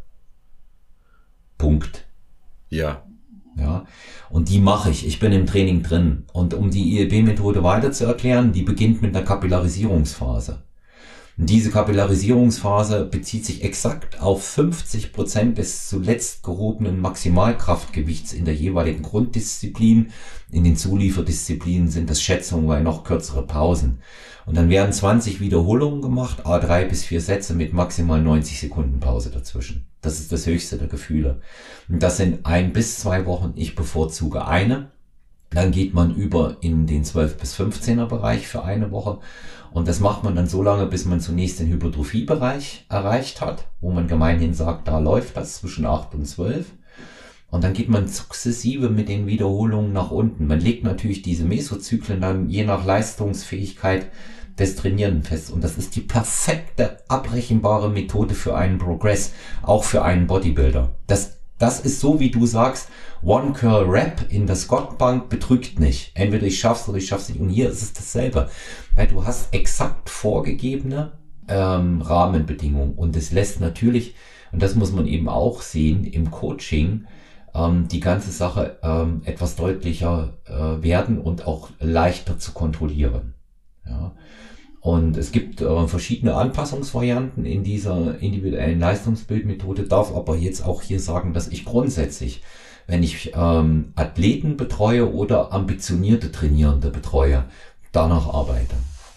Punkt. Ja. Ja, und die mache ich. Ich bin im Training drin. Und um die I L B-Methode weiter zu erklären, die beginnt mit einer Kapillarisierungsphase. Und diese Kapillarisierungsphase bezieht sich exakt auf fünfzig Prozent des zuletzt gehobenen Maximalkraftgewichts in der jeweiligen Grunddisziplin. In den Zulieferdisziplinen sind das Schätzungen bei noch kürzere Pausen. Und dann werden zwanzig Wiederholungen gemacht, a drei bis vier Sätze mit maximal neunzig Sekunden Pause dazwischen. Das ist das höchste der Gefühle. Und das sind ein bis zwei Wochen. Ich bevorzuge eine. Dann geht man über in den zwölf bis fünfzehner Bereich für eine Woche. Und das macht man dann so lange, bis man zunächst den Hypertrophie-Bereich erreicht hat, wo man gemeinhin sagt, da läuft das zwischen acht und zwölf. Und dann geht man sukzessive mit den Wiederholungen nach unten. Man legt natürlich diese Mesozyklen dann je nach Leistungsfähigkeit des Trainierenden fest. Und das ist die perfekte abrechenbare Methode für einen Progress, auch für einen Bodybuilder. Das, das ist so, wie du sagst, One Curl Rep in der Squat Bank betrügt nicht. Entweder ich schaff's oder ich schaff's nicht. Und hier ist es dasselbe. Weil du hast exakt vorgegebene ähm, Rahmenbedingungen. Und es lässt natürlich, und das muss man eben auch sehen, im Coaching ähm, die ganze Sache ähm, etwas deutlicher äh, werden und auch leichter zu kontrollieren. Ja. Und es gibt äh, verschiedene Anpassungsvarianten in dieser individuellen Leistungsbildmethode, darf aber jetzt auch hier sagen, dass ich grundsätzlich, wenn ich ähm, Athleten betreue oder ambitionierte Trainierende betreue, danach arbeite.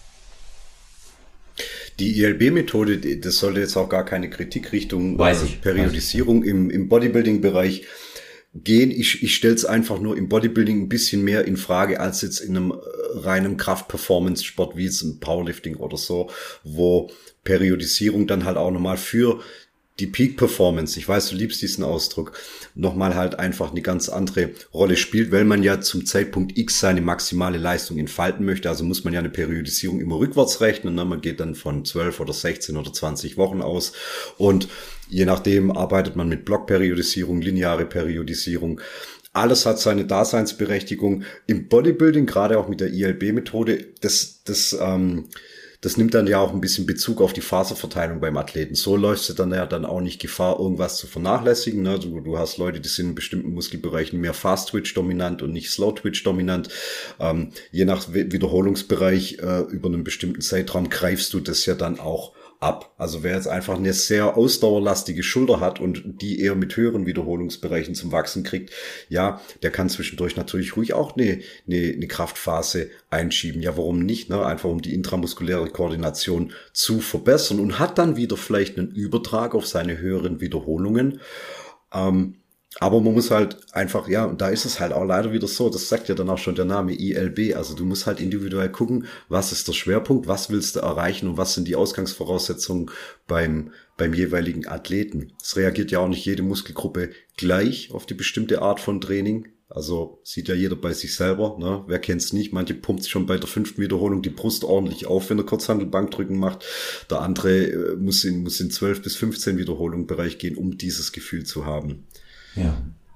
Die I L B-Methode, das sollte jetzt auch gar keine Kritik Richtung Weiß ich, Periodisierung weiß ich. im, im Bodybuilding-Bereich gehen. Ich, ich stelle es einfach nur im Bodybuilding ein bisschen mehr in Frage als jetzt in einem reinen Kraft-Performance-Sport wie jetzt ein Powerlifting oder so, wo Periodisierung dann halt auch nochmal für die Peak-Performance, ich weiß, du liebst diesen Ausdruck, nochmal halt einfach eine ganz andere Rolle spielt, weil man ja zum Zeitpunkt X seine maximale Leistung entfalten möchte. Also muss man ja eine Periodisierung immer rückwärts rechnen. Ne? Man geht dann von zwölf oder sechzehn oder zwanzig Wochen aus und je nachdem arbeitet man mit Blockperiodisierung, lineare Periodisierung. Alles hat seine Daseinsberechtigung. Im Bodybuilding, gerade auch mit der I L B-Methode, das, das, ähm, das nimmt dann ja auch ein bisschen Bezug auf die Faserverteilung beim Athleten. So läufst du dann ja dann auch nicht Gefahr, irgendwas zu vernachlässigen. Ne? Du, du hast Leute, die sind in bestimmten Muskelbereichen mehr Fast-Twitch-dominant und nicht Slow-Twitch-dominant. Ähm, je nach Wiederholungsbereich äh, über einen bestimmten Zeitraum greifst du das ja dann auch ab. Also wer jetzt einfach eine sehr ausdauerlastige Schulter hat und die eher mit höheren Wiederholungsbereichen zum Wachsen kriegt, ja, der kann zwischendurch natürlich ruhig auch eine, eine, eine Kraftphase einschieben. Ja, warum nicht? Ne? Einfach um die intramuskuläre Koordination zu verbessern und hat dann wieder vielleicht einen Übertrag auf seine höheren Wiederholungen. Ähm, Aber man muss halt einfach, ja, und da ist es halt auch leider wieder so, das sagt ja dann auch schon der Name I L B, also du musst halt individuell gucken, was ist der Schwerpunkt, was willst du erreichen und was sind die Ausgangsvoraussetzungen beim beim jeweiligen Athleten. Es reagiert ja auch nicht jede Muskelgruppe gleich auf die bestimmte Art von Training. Also sieht ja jeder bei sich selber, ne? Wer kennt's nicht? Manche pumpt schon bei der fünften Wiederholung die Brust ordentlich auf, wenn er Kurzhantelbankdrücken macht. Der andere äh, muss in muss in zwölf bis fünfzehn Wiederholungen Bereich gehen, um dieses Gefühl zu haben. Ja,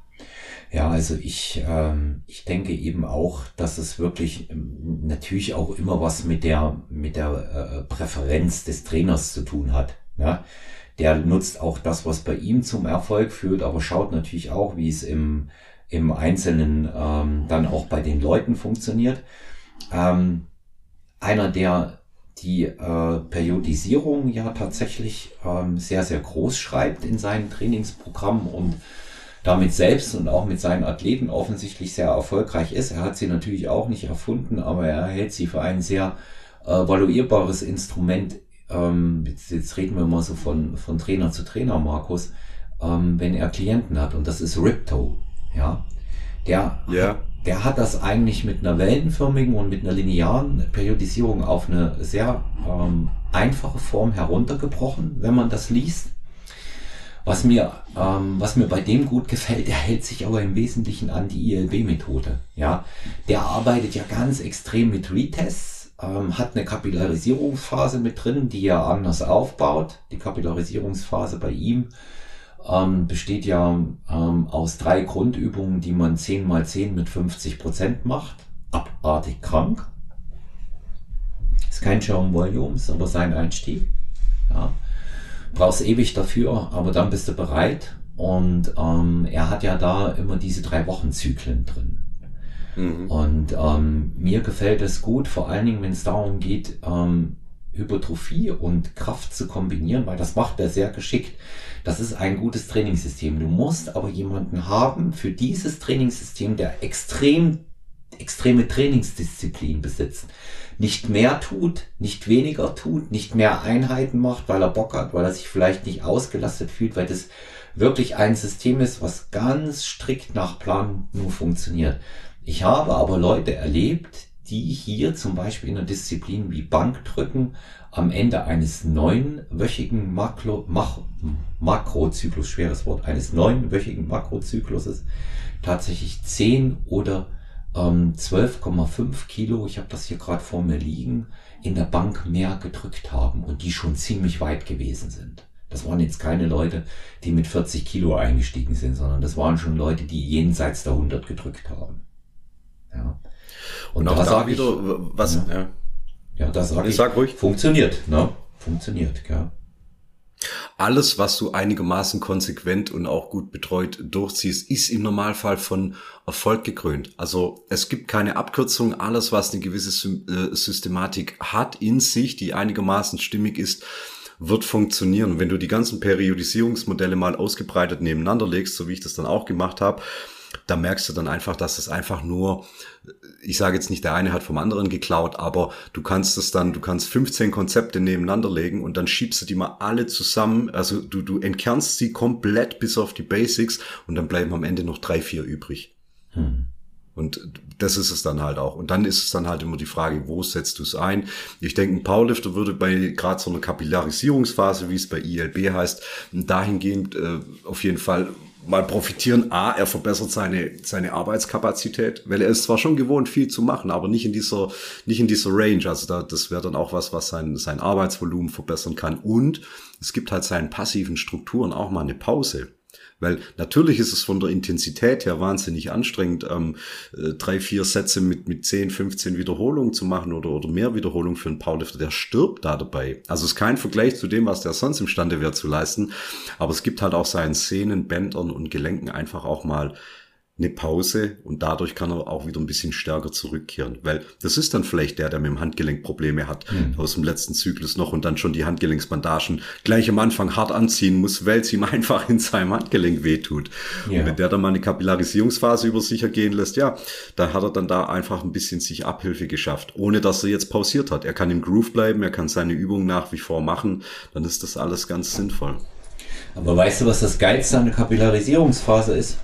ja, also ich, ähm, ich denke eben auch, dass es wirklich ähm, natürlich auch immer was mit der mit der äh, Präferenz des Trainers zu tun hat. Ja, der nutzt auch das, was bei ihm zum Erfolg führt, aber schaut natürlich auch, wie es im im Einzelnen ähm, dann auch bei den Leuten funktioniert. Ähm, einer, der die äh, Periodisierung ja tatsächlich ähm, sehr sehr groß schreibt in seinem Trainingsprogramm und damit selbst und auch mit seinen Athleten offensichtlich sehr erfolgreich ist. Er hat sie natürlich auch nicht erfunden, aber er hält sie für ein sehr äh, valuierbares Instrument. Ähm, jetzt, jetzt reden wir mal so von, von Trainer zu Trainer, Markus, ähm, wenn er Klienten hat. Und das ist Ripto. Ja, der, Ja. der hat das eigentlich mit einer wellenförmigen und mit einer linearen Periodisierung auf eine sehr ähm, einfache Form heruntergebrochen, wenn man das liest. Was mir, ähm, was mir bei dem gut gefällt, der hält sich aber im Wesentlichen an die I L B-Methode. Ja, der arbeitet ja ganz extrem mit Retests, ähm, hat eine Kapillarisierungsphase mit drin, die er anders aufbaut. Die Kapillarisierungsphase bei ihm ähm, besteht ja ähm, aus drei Grundübungen, die man zehn mal zehn mit fünfzig Prozent macht. Abartig krank. Ist kein Schaum Volume, ist aber sein Einstieg. Ja. Brauchst ewig dafür, aber dann bist du bereit. Und ähm, er hat ja da immer diese drei Wochen Zyklen drin. Mhm. Und ähm, mir gefällt es gut, vor allen Dingen, wenn es darum geht, ähm, Hypertrophie und Kraft zu kombinieren, weil das macht er sehr geschickt. Das ist ein gutes Trainingssystem. Du musst aber jemanden haben für dieses Trainingssystem, der extrem, extreme Trainingsdisziplin besitzt. Nicht mehr tut, nicht weniger tut, nicht mehr Einheiten macht, weil er Bock hat, weil er sich vielleicht nicht ausgelastet fühlt, weil das wirklich ein System ist, was ganz strikt nach Plan nur funktioniert. Ich habe aber Leute erlebt, die hier zum Beispiel in einer Disziplin wie Bankdrücken am Ende eines neunwöchigen Makro, Mach, Makrozyklus, schweres Wort, eines neunwöchigen Makrozykluses tatsächlich zehn oder zwölf Komma fünf Kilo, ich habe das hier gerade vor mir liegen, in der Bank mehr gedrückt haben und die schon ziemlich weit gewesen sind. Das waren jetzt keine Leute, die mit vierzig Kilo eingestiegen sind, sondern das waren schon Leute, die jenseits der hundert gedrückt haben. Ja. Und, und auch da, da wieder, ich, was, ja, ja. ja da sage ich, ich sag ruhig. Funktioniert, ne? Funktioniert, ja. Alles, was du einigermaßen konsequent und auch gut betreut durchziehst, ist im Normalfall von Erfolg gekrönt. Also es gibt keine Abkürzung. Alles, was eine gewisse Systematik hat in sich, die einigermaßen stimmig ist, wird funktionieren. Und wenn du die ganzen Periodisierungsmodelle mal ausgebreitet nebeneinander legst, so wie ich das dann auch gemacht habe, da merkst du dann einfach, dass es einfach nur, ich sage jetzt nicht, der eine hat vom anderen geklaut, aber du kannst es dann, du kannst fünfzehn Konzepte nebeneinander legen und dann schiebst du die mal alle zusammen, also du, du entkernst sie komplett bis auf die Basics und dann bleiben am Ende noch drei, vier übrig. Hm. Und das ist es dann halt auch. Und dann ist es dann halt immer die Frage, wo setzt du es ein? Ich denke, ein Powerlifter würde bei gerade so einer Kapillarisierungsphase, wie es bei I L B heißt, dahingehend äh, auf jeden Fall mal profitieren. A, er verbessert seine seine Arbeitskapazität, weil er ist zwar schon gewohnt, viel zu machen, aber nicht in dieser nicht in dieser Range. Also da, das wäre dann auch was, was sein sein Arbeitsvolumen verbessern kann. Und es gibt halt seinen passiven Strukturen auch mal eine Pause. Weil natürlich ist es von der Intensität her wahnsinnig anstrengend, ähm, drei, vier Sätze mit mit zehn, fünfzehn Wiederholungen zu machen oder oder mehr Wiederholungen für einen Powerlifter, der stirbt da dabei. Also es ist kein Vergleich zu dem, was der sonst imstande wäre zu leisten, aber es gibt halt auch seinen Sehnen, Bändern und Gelenken einfach auch mal eine Pause und dadurch kann er auch wieder ein bisschen stärker zurückkehren, weil das ist dann vielleicht der, der mit dem Handgelenk Probleme hat, mhm. aus dem letzten Zyklus noch und dann schon die Handgelenksbandagen gleich am Anfang hart anziehen muss, weil es ihm einfach in seinem Handgelenk wehtut. Ja. Und wenn der dann mal eine Kapillarisierungsphase über sich ergehen lässt, ja, dann hat er dann da einfach ein bisschen sich Abhilfe geschafft, ohne dass er jetzt pausiert hat. Er kann im Groove bleiben, er kann seine Übungen nach wie vor machen, dann ist das alles ganz sinnvoll. Aber weißt du, was das Geilste an der Kapillarisierungsphase ist?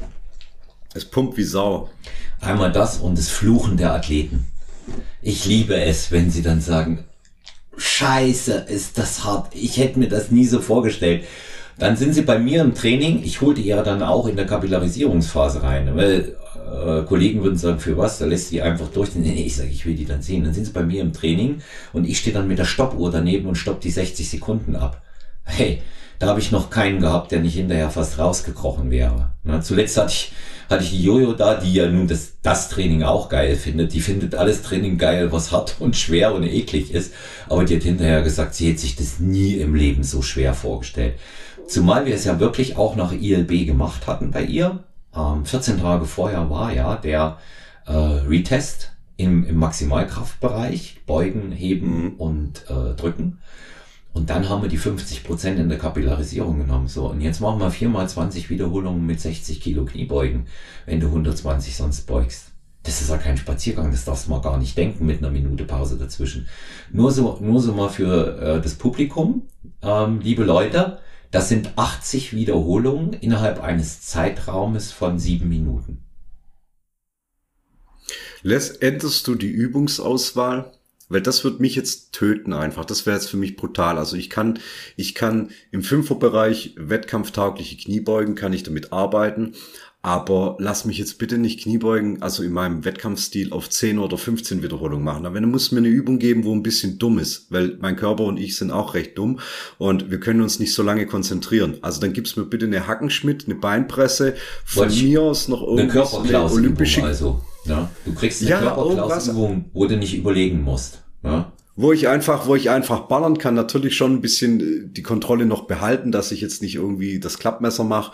Es pumpt wie Sau. Einmal das und das Fluchen der Athleten. Ich liebe es, wenn sie dann sagen, Scheiße, ist das hart. Ich hätte mir das nie so vorgestellt. Dann sind sie bei mir im Training. Ich holte die ja dann auch in der Kapillarisierungsphase rein. Weil äh, Kollegen würden sagen, für was? Da lässt sie einfach durch. Nee, nee, ich sage, ich will die dann sehen. Dann sind sie bei mir im Training und ich stehe dann mit der Stoppuhr daneben und stopp die sechzig Sekunden ab. Hey, da habe ich noch keinen gehabt, der nicht hinterher fast rausgekrochen wäre. Na, zuletzt hatte ich hatte ich die Jojo da, die ja nun das, das Training auch geil findet. Die findet alles Training geil, was hart und schwer und eklig ist. Aber die hat hinterher gesagt, sie hätte sich das nie im Leben so schwer vorgestellt. Zumal wir es ja wirklich auch nach I L B gemacht hatten bei ihr. Ähm, vierzehn Tage vorher war ja der äh, Retest im, im Maximalkraftbereich. Beugen, heben mhm. und äh, drücken. Und dann haben wir die fünfzig Prozent in der Kapillarisierung genommen. So, und jetzt machen wir vier mal zwanzig Wiederholungen mit sechzig Kilo Kniebeugen, wenn du hundertzwanzig sonst beugst. Das ist ja kein Spaziergang, das darfst du mal gar nicht denken mit einer Minute Pause dazwischen. Nur so, nur so mal für äh, das Publikum, ähm, liebe Leute, das sind achtzig Wiederholungen innerhalb eines Zeitraumes von sieben Minuten. Les, änderst du die Übungsauswahl? Weil das wird mich jetzt töten einfach. Das wäre jetzt für mich brutal. Also ich kann, ich kann im Fünferbereich wettkampftaugliche Kniebeugen, kann ich damit arbeiten. Aber lass mich jetzt bitte nicht Kniebeugen, also in meinem Wettkampfstil auf zehn oder fünfzehn Wiederholungen machen. Aber wenn du musst mir eine Übung geben, wo ein bisschen dumm ist, weil mein Körper und ich sind auch recht dumm und wir können uns nicht so lange konzentrieren. Also dann gib's mir bitte eine Hackenschmidt, eine Beinpresse, von Wollt mir aus noch irgendwas, eine eine olympische. Also, ja, du kriegst eine Ja, Körperklausübung, wo du nicht überlegen musst. Ja. Wo ich einfach, wo ich einfach ballern kann, natürlich schon ein bisschen die Kontrolle noch behalten, dass ich jetzt nicht irgendwie das Klappmesser mache.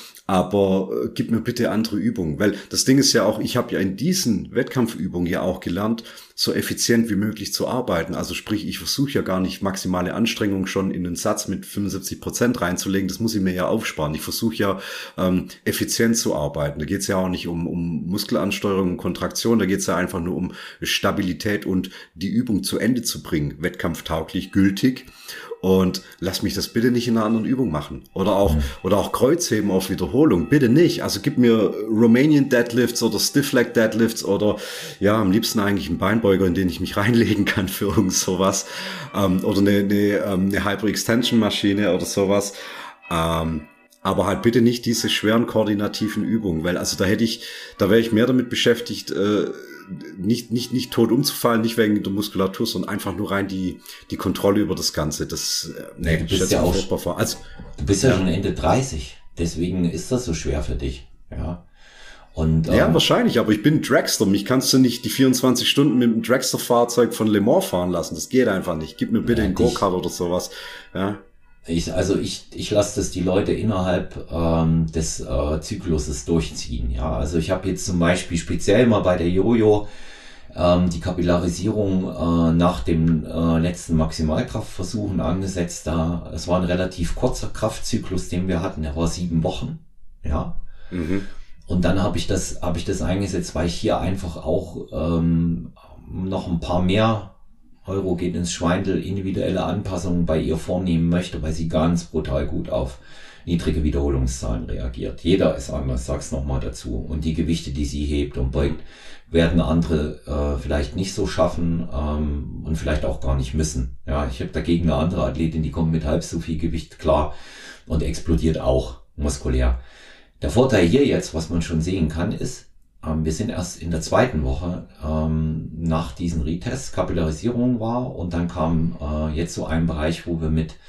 Aber äh, gib mir bitte andere Übungen, weil das Ding ist ja auch, ich habe ja in diesen Wettkampfübungen ja auch gelernt, so effizient wie möglich zu arbeiten. Also sprich, ich versuche ja gar nicht maximale Anstrengung schon in den Satz mit fünfundsiebzig Prozent reinzulegen. Das muss ich mir ja aufsparen. Ich versuche ja ähm, effizient zu arbeiten. Da geht es ja auch nicht um, um Muskelansteuerung und Kontraktion. Da geht es ja einfach nur um Stabilität und die Übung zu Ende zu bringen, wettkampftauglich, gültig. Und lass mich das bitte nicht in einer anderen Übung machen. Oder auch, mhm. oder auch Kreuzheben auf Wiederholung. Bitte nicht. Also gib mir Romanian Deadlifts oder Stiff Leg Deadlifts oder ja, am liebsten eigentlich einen Beinbeuger, in den ich mich reinlegen kann für irgend sowas. Ähm, oder eine, eine, eine Hyperextension Maschine oder sowas. Ähm, aber halt bitte nicht diese schweren koordinativen Übungen, weil also da hätte ich, da wäre ich mehr damit beschäftigt, äh, nicht nicht nicht tot umzufallen, nicht wegen der Muskulatur, sondern einfach nur rein die die Kontrolle über das Ganze. Das äh, nee, du bist ja auch vor. Also, du bist ja, ja schon Ende dreißig, deswegen ist das so schwer für dich, ja. Und ja, ähm, wahrscheinlich, aber ich bin Dragster. Mich kannst du nicht die vierundzwanzig Stunden mit dem Dragster-Fahrzeug von Le Mans fahren lassen. Das geht einfach nicht. Gib mir bitte ja, einen Go-Kart oder sowas. Ja. Ich, also ich, ich lasse das die Leute innerhalb ähm, des äh, Zykluses durchziehen. Ja, also ich habe jetzt zum Beispiel speziell mal bei der Jojo ähm, die Kapillarisierung äh, nach dem äh, letzten Maximalkraftversuchen angesetzt. Da es war ein relativ kurzer Kraftzyklus, den wir hatten. Der war sieben Wochen. Ja. Mhm. Und dann habe ich das habe ich das eingesetzt, weil ich hier einfach auch ähm, noch ein paar mehr Euro geht ins Schweindel, individuelle Anpassungen bei ihr vornehmen möchte, weil sie ganz brutal gut auf niedrige Wiederholungszahlen reagiert. Jeder ist anders, sag's nochmal dazu. Und die Gewichte, die sie hebt und beugt, werden andere äh, vielleicht nicht so schaffen ähm, und vielleicht auch gar nicht müssen. Ja, ich habe dagegen eine andere Athletin, die kommt mit halb so viel Gewicht klar und explodiert auch muskulär. Der Vorteil hier jetzt, was man schon sehen kann, ist, wir sind erst in der zweiten Woche ähm, nach diesen Retests, Kapillarisierung war und dann kam äh, jetzt so ein Bereich, wo wir mit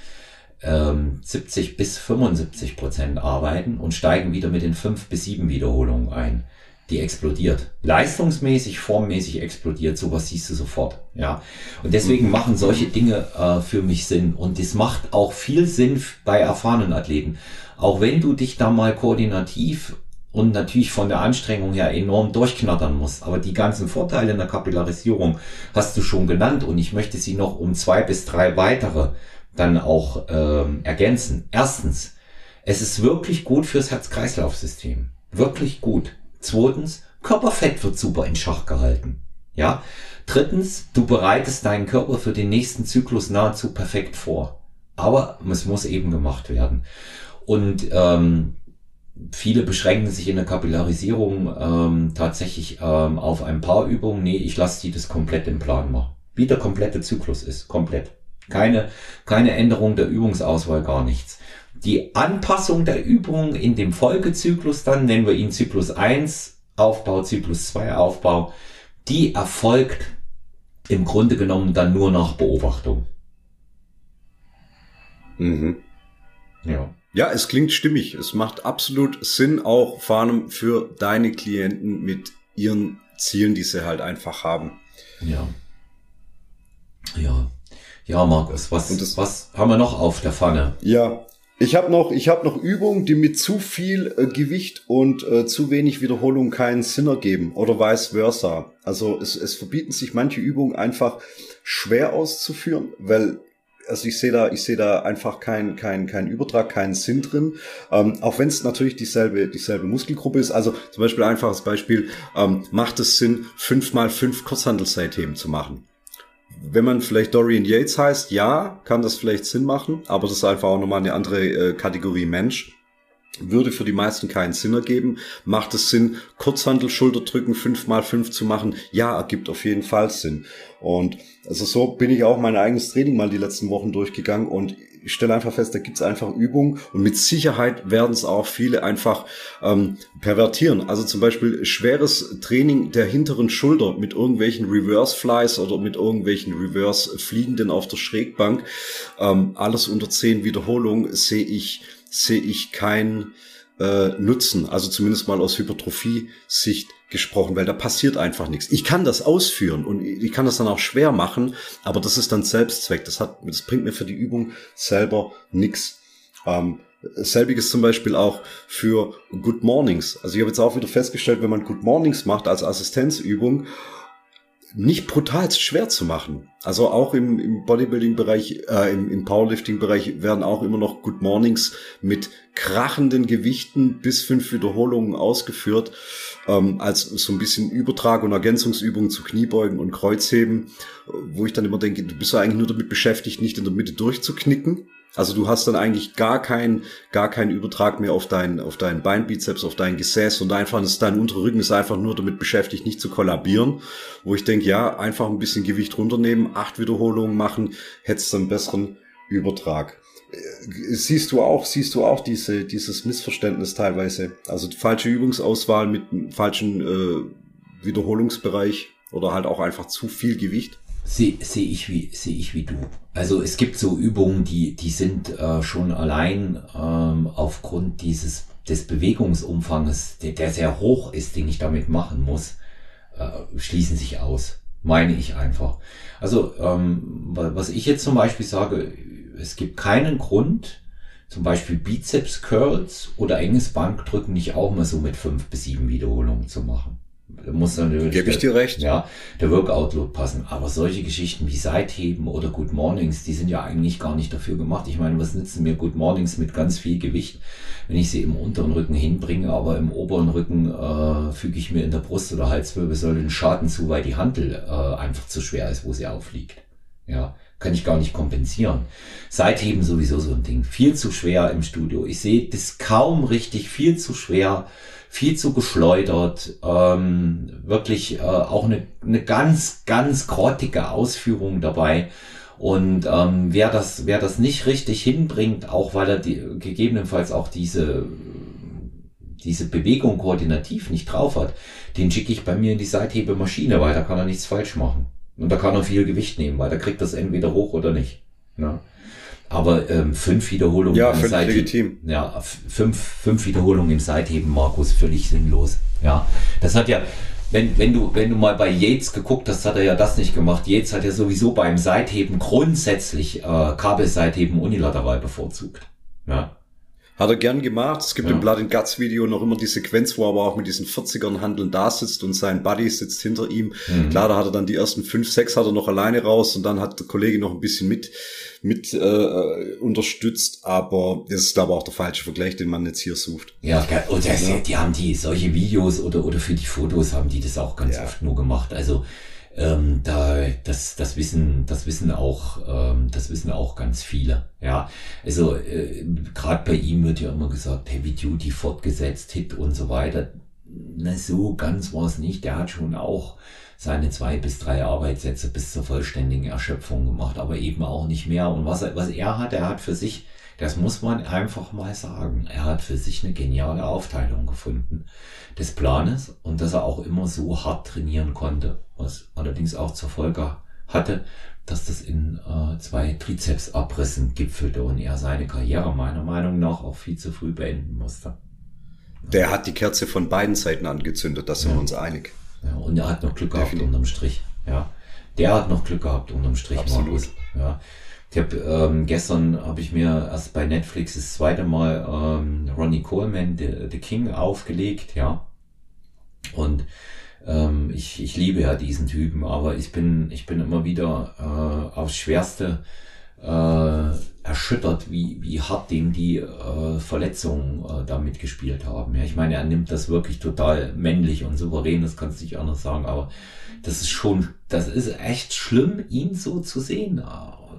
ähm, siebzig bis fünfundsiebzig Prozent arbeiten und steigen wieder mit den fünf bis sieben Wiederholungen ein. Die explodiert. Leistungsmäßig, formmäßig explodiert, sowas siehst du sofort. Ja. Und deswegen machen solche Dinge äh, für mich Sinn. Und das macht auch viel Sinn bei erfahrenen Athleten. Auch wenn du dich da mal koordinativ und natürlich von der Anstrengung her enorm durchknattern muss. Aber die ganzen Vorteile in der Kapillarisierung hast du schon genannt und ich möchte sie noch um zwei bis drei weitere dann auch ähm, ergänzen. Erstens, es ist wirklich gut fürs Herz-Kreislauf-System. Wirklich gut. Zweitens, Körperfett wird super in Schach gehalten. Ja. Drittens, du bereitest deinen Körper für den nächsten Zyklus nahezu perfekt vor. Aber es muss eben gemacht werden. Und ähm, viele beschränken sich in der Kapillarisierung ähm, tatsächlich ähm, auf ein paar Übungen. Nee, ich lasse die das komplett im Plan machen. Wie der komplette Zyklus ist. Komplett. Keine, keine Änderung der Übungsauswahl, gar nichts. Die Anpassung der Übungen in dem Folgezyklus dann, nennen wir ihn Zyklus eins, Aufbau, Zyklus zwei, Aufbau, die erfolgt im Grunde genommen dann nur nach Beobachtung. Mhm. Ja. Ja, es klingt stimmig. Es macht absolut Sinn, auch vor allem für deine Klienten mit ihren Zielen, die sie halt einfach haben. Ja. Ja. Ja, Markus, was, das, was haben wir noch auf der Pfanne? Ja, ich habe noch, ich habe noch Übungen, die mit zu viel äh, Gewicht und äh, zu wenig Wiederholung keinen Sinn ergeben oder vice versa. Also es, es verbieten sich manche Übungen einfach schwer auszuführen, weil also ich sehe da, ich sehe da einfach keinen kein, kein Übertrag, keinen Sinn drin. Ähm, auch wenn es natürlich dieselbe, dieselbe Muskelgruppe ist. Also zum Beispiel einfaches Beispiel, ähm, macht es Sinn, fünf mal fünf Kurzhantelseitheben zu machen? Wenn man vielleicht Dorian Yates heißt, ja, kann das vielleicht Sinn machen, aber das ist einfach auch nochmal eine andere äh, Kategorie Mensch. würde für die meisten keinen Sinn ergeben. Macht es Sinn, Kurzhantel, Schulterdrücken fünf mal fünf zu machen? Ja, ergibt auf jeden Fall Sinn. Und also so bin ich auch mein eigenes Training mal die letzten Wochen durchgegangen und ich stelle einfach fest, da gibt's einfach Übungen und mit Sicherheit werden es auch viele einfach ähm, pervertieren. Also zum Beispiel schweres Training der hinteren Schulter mit irgendwelchen Reverse Flies oder mit irgendwelchen Reverse Fliegenden auf der Schrägbank. Ähm, alles unter zehn Wiederholungen sehe ich sehe ich keinen äh, Nutzen, also zumindest mal aus Hypertrophie-Sicht gesprochen, weil da passiert einfach nichts. Ich kann das ausführen und ich kann das dann auch schwer machen, aber das ist dann Selbstzweck. Das hat, das bringt mir für die Übung selber nichts. Ähm, selbiges zum Beispiel auch für Good Mornings. Also ich habe jetzt auch wieder festgestellt, wenn man Good Mornings macht als Assistenzübung, nicht brutal schwer zu machen. Also auch im, im Bodybuilding-Bereich, äh, im, im Powerlifting-Bereich werden auch immer noch Good Mornings mit krachenden Gewichten bis fünf Wiederholungen ausgeführt, ähm, als so ein bisschen Übertrag- und Ergänzungsübungen zu Kniebeugen und Kreuzheben, wo ich dann immer denke, du bist ja eigentlich nur damit beschäftigt, nicht in der Mitte durchzuknicken. Also du hast dann eigentlich gar keinen gar keinen Übertrag mehr auf deinen auf deinen Beinbizeps, auf dein Gesäß und einfach ist dein unterer Rücken ist einfach nur damit beschäftigt, nicht zu kollabieren. Wo ich denke, ja, einfach ein bisschen Gewicht runternehmen, acht Wiederholungen machen, hättest einen besseren Übertrag. Siehst du auch, siehst du auch diese dieses Missverständnis teilweise? Also die falsche Übungsauswahl mit einem falschen äh, Wiederholungsbereich oder halt auch einfach zu viel Gewicht? Sehe seh ich wie sehe ich wie du. Also es gibt so Übungen, die die sind äh, schon allein ähm, aufgrund dieses des Bewegungsumfanges, der, der sehr hoch ist, den ich damit machen muss, äh, schließen sich aus. Meine ich einfach. Also ähm, was ich jetzt zum Beispiel sage, es gibt keinen Grund, zum Beispiel Bizeps Curls oder enges Bankdrücken nicht auch mal so mit fünf bis sieben Wiederholungen zu machen. Da muss natürlich, gebe ich dir recht. Ja, der Workout-Load passen. Aber solche Geschichten wie Seitheben oder Good Mornings, die sind ja eigentlich gar nicht dafür gemacht. Ich meine, was nützen mir Good Mornings mit ganz viel Gewicht, wenn ich sie im unteren Rücken hinbringe, aber im oberen Rücken äh, füge ich mir in der Brust- oder Halswirbelsäule einen Schaden zu, weil die Hantel äh, einfach zu schwer ist, wo sie aufliegt. Ja, kann ich gar nicht kompensieren. Seitheben sowieso so ein Ding. Viel zu schwer im Studio. Ich sehe das kaum richtig, viel zu schwer. Viel zu geschleudert, ähm, wirklich äh, auch eine, eine ganz, ganz grottige Ausführung dabei. Und ähm, wer das, wer das nicht richtig hinbringt, auch weil er die, gegebenenfalls auch diese, diese Bewegung koordinativ nicht drauf hat, den schicke ich bei mir in die Seithebemaschine, weil da kann er nichts falsch machen. Und da kann er viel Gewicht nehmen, weil da kriegt das entweder hoch oder nicht. Ja. Aber ähm, fünf Wiederholungen ja, im völlig Seitheben, legitim. Ja, fünf, fünf Wiederholungen im Seitheben, Markus, völlig sinnlos. Ja, das hat ja, wenn, wenn du, wenn du mal bei Yates geguckt hast, hat er ja das nicht gemacht. Yates hat ja sowieso beim Seitheben grundsätzlich äh, Kabelseitheben unilateral bevorzugt. Ja. Hat er gern gemacht. Es gibt Ja. im Blood and Guts Video noch immer die Sequenz, wo er aber auch mit diesen vierzigern Handeln da sitzt und sein Buddy sitzt hinter ihm. Mhm. Klar, da hat er dann die ersten fünf, sechs hat er noch alleine raus und dann hat der Kollege noch ein bisschen mit mit äh, unterstützt, aber das ist glaube ich auch der falsche Vergleich, den man jetzt hier sucht. Ja, und das, Ja. die haben die solche Videos oder oder für die Fotos haben die das auch ganz Ja. oft nur gemacht. Also ähm, da das das wissen das wissen auch ähm, das wissen auch ganz viele. Ja, also äh, gerade bei ihm wird ja immer gesagt Heavy Duty fortgesetzt, Hit und so weiter. Na, so ganz war es nicht. Der hat schon auch seine zwei bis drei Arbeitssätze bis zur vollständigen Erschöpfung gemacht, aber eben auch nicht mehr. Und was er, was er hat, er hat für sich, das muss man einfach mal sagen, er hat für sich eine geniale Aufteilung gefunden des Planes und dass er auch immer so hart trainieren konnte, was allerdings auch zur Folge hatte, dass das in äh, zwei Trizepsabrissen gipfelte und er seine Karriere meiner Meinung nach auch viel zu früh beenden musste. Der hat die Kerze von beiden Seiten angezündet, da sind Ja. wir uns einig. Ja, und er hat noch Glück gehabt Definitiv. unterm Strich. Ja, der hat noch Glück gehabt unterm Strich. Absolut. Markus. Ja, ich habe ähm, gestern habe ich mir erst bei Netflix das zweite Mal ähm, Ronnie Coleman The, The King aufgelegt. Ja, und ähm, ich ich liebe ja diesen Typen, aber ich bin ich bin immer wieder äh, aufs Schwerste äh, erschüttert, wie wie hart dem die äh, Verletzungen äh, da mitgespielt haben. Ja, ich meine, er nimmt das wirklich total männlich und souverän, das kannst du nicht anders sagen, aber das ist schon, das ist echt schlimm, ihn so zu sehen.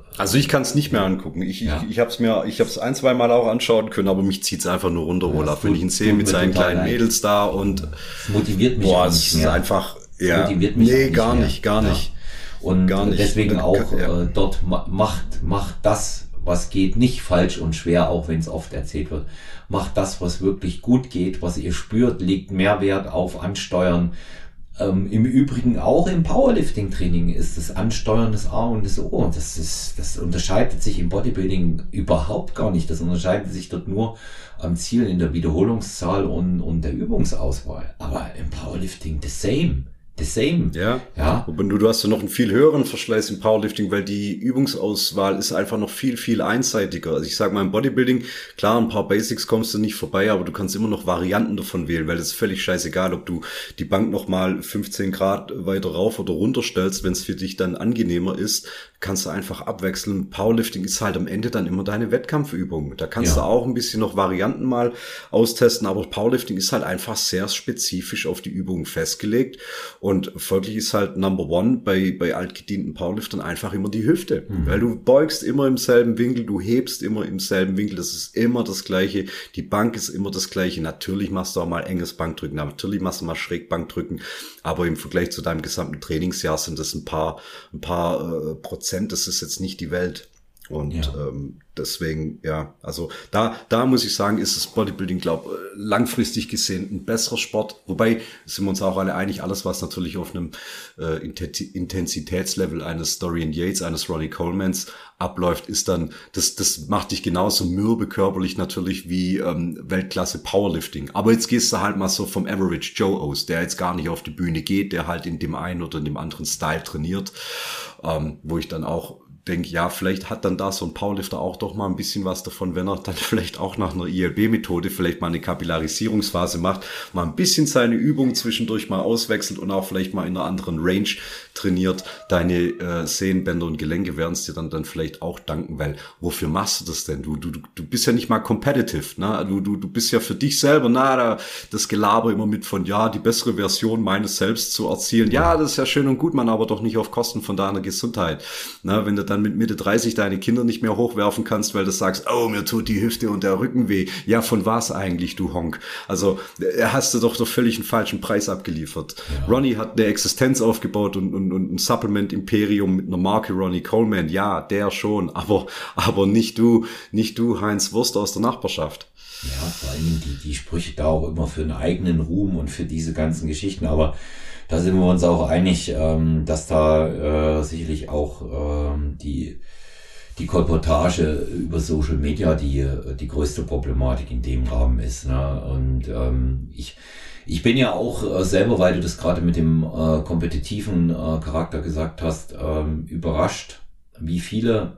Also ich kann es nicht mehr angucken. Ich, Ja. ich, ich habe es mir, ich habe es ein, zwei Mal auch anschauen können, aber mich zieht's einfach nur runter, Ja, Olaf. das Wenn tut- ich ihn sehe tut mit mir seinen total kleinen leid. Mädels da und Es motiviert mich boah, auch es nicht ist mehr. einfach, Es ja, motiviert mich auch nee, nicht gar mehr. nicht, gar Ja. nicht. Und Gar nicht. deswegen Das auch kann- ja. äh, dort ma macht, macht das, was geht, nicht falsch und schwer, auch wenn es oft erzählt wird. Macht das, was wirklich gut geht, was ihr spürt, legt Mehrwert auf Ansteuern. Ähm, Im Übrigen auch im Powerlifting-Training ist das Ansteuern das A und das O. Das ist, das unterscheidet sich im Bodybuilding überhaupt gar nicht. Das unterscheidet sich dort nur am Ziel in der Wiederholungszahl und, und der Übungsauswahl. Aber im Powerlifting the same. The same. Ja. Ja. Aber du, du hast ja noch einen viel höheren Verschleiß im Powerlifting, weil die Übungsauswahl ist einfach noch viel, viel einseitiger. Also ich sag mal im Bodybuilding, klar, ein paar Basics kommst du nicht vorbei, aber du kannst immer noch Varianten davon wählen, weil es ist völlig scheißegal, ob du die Bank nochmal fünfzehn Grad weiter rauf oder runter stellst, wenn es für dich dann angenehmer ist, kannst du einfach abwechseln. Powerlifting ist halt am Ende dann immer deine Wettkampfübung. Da kannst Ja. du auch ein bisschen noch Varianten mal austesten, aber Powerlifting ist halt einfach sehr spezifisch auf die Übung festgelegt. Und folglich ist halt Number One bei, bei altgedienten Powerliftern einfach immer die Hüfte. Mhm. Weil du beugst immer im selben Winkel, du hebst immer im selben Winkel, das ist immer das Gleiche. Die Bank ist immer das Gleiche. Natürlich machst du auch mal enges Bankdrücken, natürlich machst du mal schräg Bankdrücken, aber im Vergleich zu deinem gesamten Trainingsjahr sind das ein paar, ein paar äh, Prozent, das ist jetzt nicht die Welt. Und Ja. ähm, deswegen, ja, also da, da muss ich sagen, ist das Bodybuilding, glaube langfristig gesehen ein besserer Sport. Wobei sind wir uns auch alle einig, alles, was natürlich auf einem äh, Intensitätslevel eines Dorian Yates, eines Ronnie Colemans abläuft, ist dann, das, das macht dich genauso mürbe körperlich natürlich wie ähm, Weltklasse Powerlifting. Aber jetzt gehst du halt mal so vom Average Joe aus, der jetzt gar nicht auf die Bühne geht, der halt in dem einen oder in dem anderen Style trainiert, ähm, wo ich dann auch denke, ja, vielleicht hat dann da so ein Powerlifter auch doch mal ein bisschen was davon, wenn er dann vielleicht auch nach einer I L B-Methode vielleicht mal eine Kapillarisierungsphase macht, mal ein bisschen seine Übung zwischendurch mal auswechselt und auch vielleicht mal in einer anderen Range trainiert. Deine äh, Sehnenbänder und Gelenke werden es dir dann, dann vielleicht auch danken, weil wofür machst du das denn? Du, du, du bist ja nicht mal competitive, ne? Du, du, du bist ja für dich selber, na, da, das Gelaber immer mit von, ja, die bessere Version meines Selbst zu erzielen. Ja, das ist ja schön und gut, man, aber doch nicht auf Kosten von deiner Gesundheit. Na, wenn du dann mit Mitte dreißig deine Kinder nicht mehr hochwerfen kannst, weil du sagst, oh, mir tut die Hüfte und der Rücken weh. Ja, von was eigentlich, du Honk? Also, hast du doch doch völlig einen falschen Preis abgeliefert. Ja. Ronnie hat eine Existenz aufgebaut und, und, und ein Supplement-Imperium mit einer Marke Ronnie Coleman. Ja, der schon, aber, aber nicht du, nicht du, Heinz Wurst aus der Nachbarschaft. Ja, vor allen Dingen die, die Sprüche da auch immer für einen eigenen Ruhm und für diese ganzen Geschichten, aber da sind wir uns auch einig, ähm, dass da äh, sicherlich auch ähm, die die Kolportage über Social Media die die größte Problematik in dem Rahmen ist. Ne? Und ähm, ich ich bin ja auch äh, selber, weil du das gerade mit dem äh, kompetitiven äh, Charakter gesagt hast, ähm, überrascht, wie viele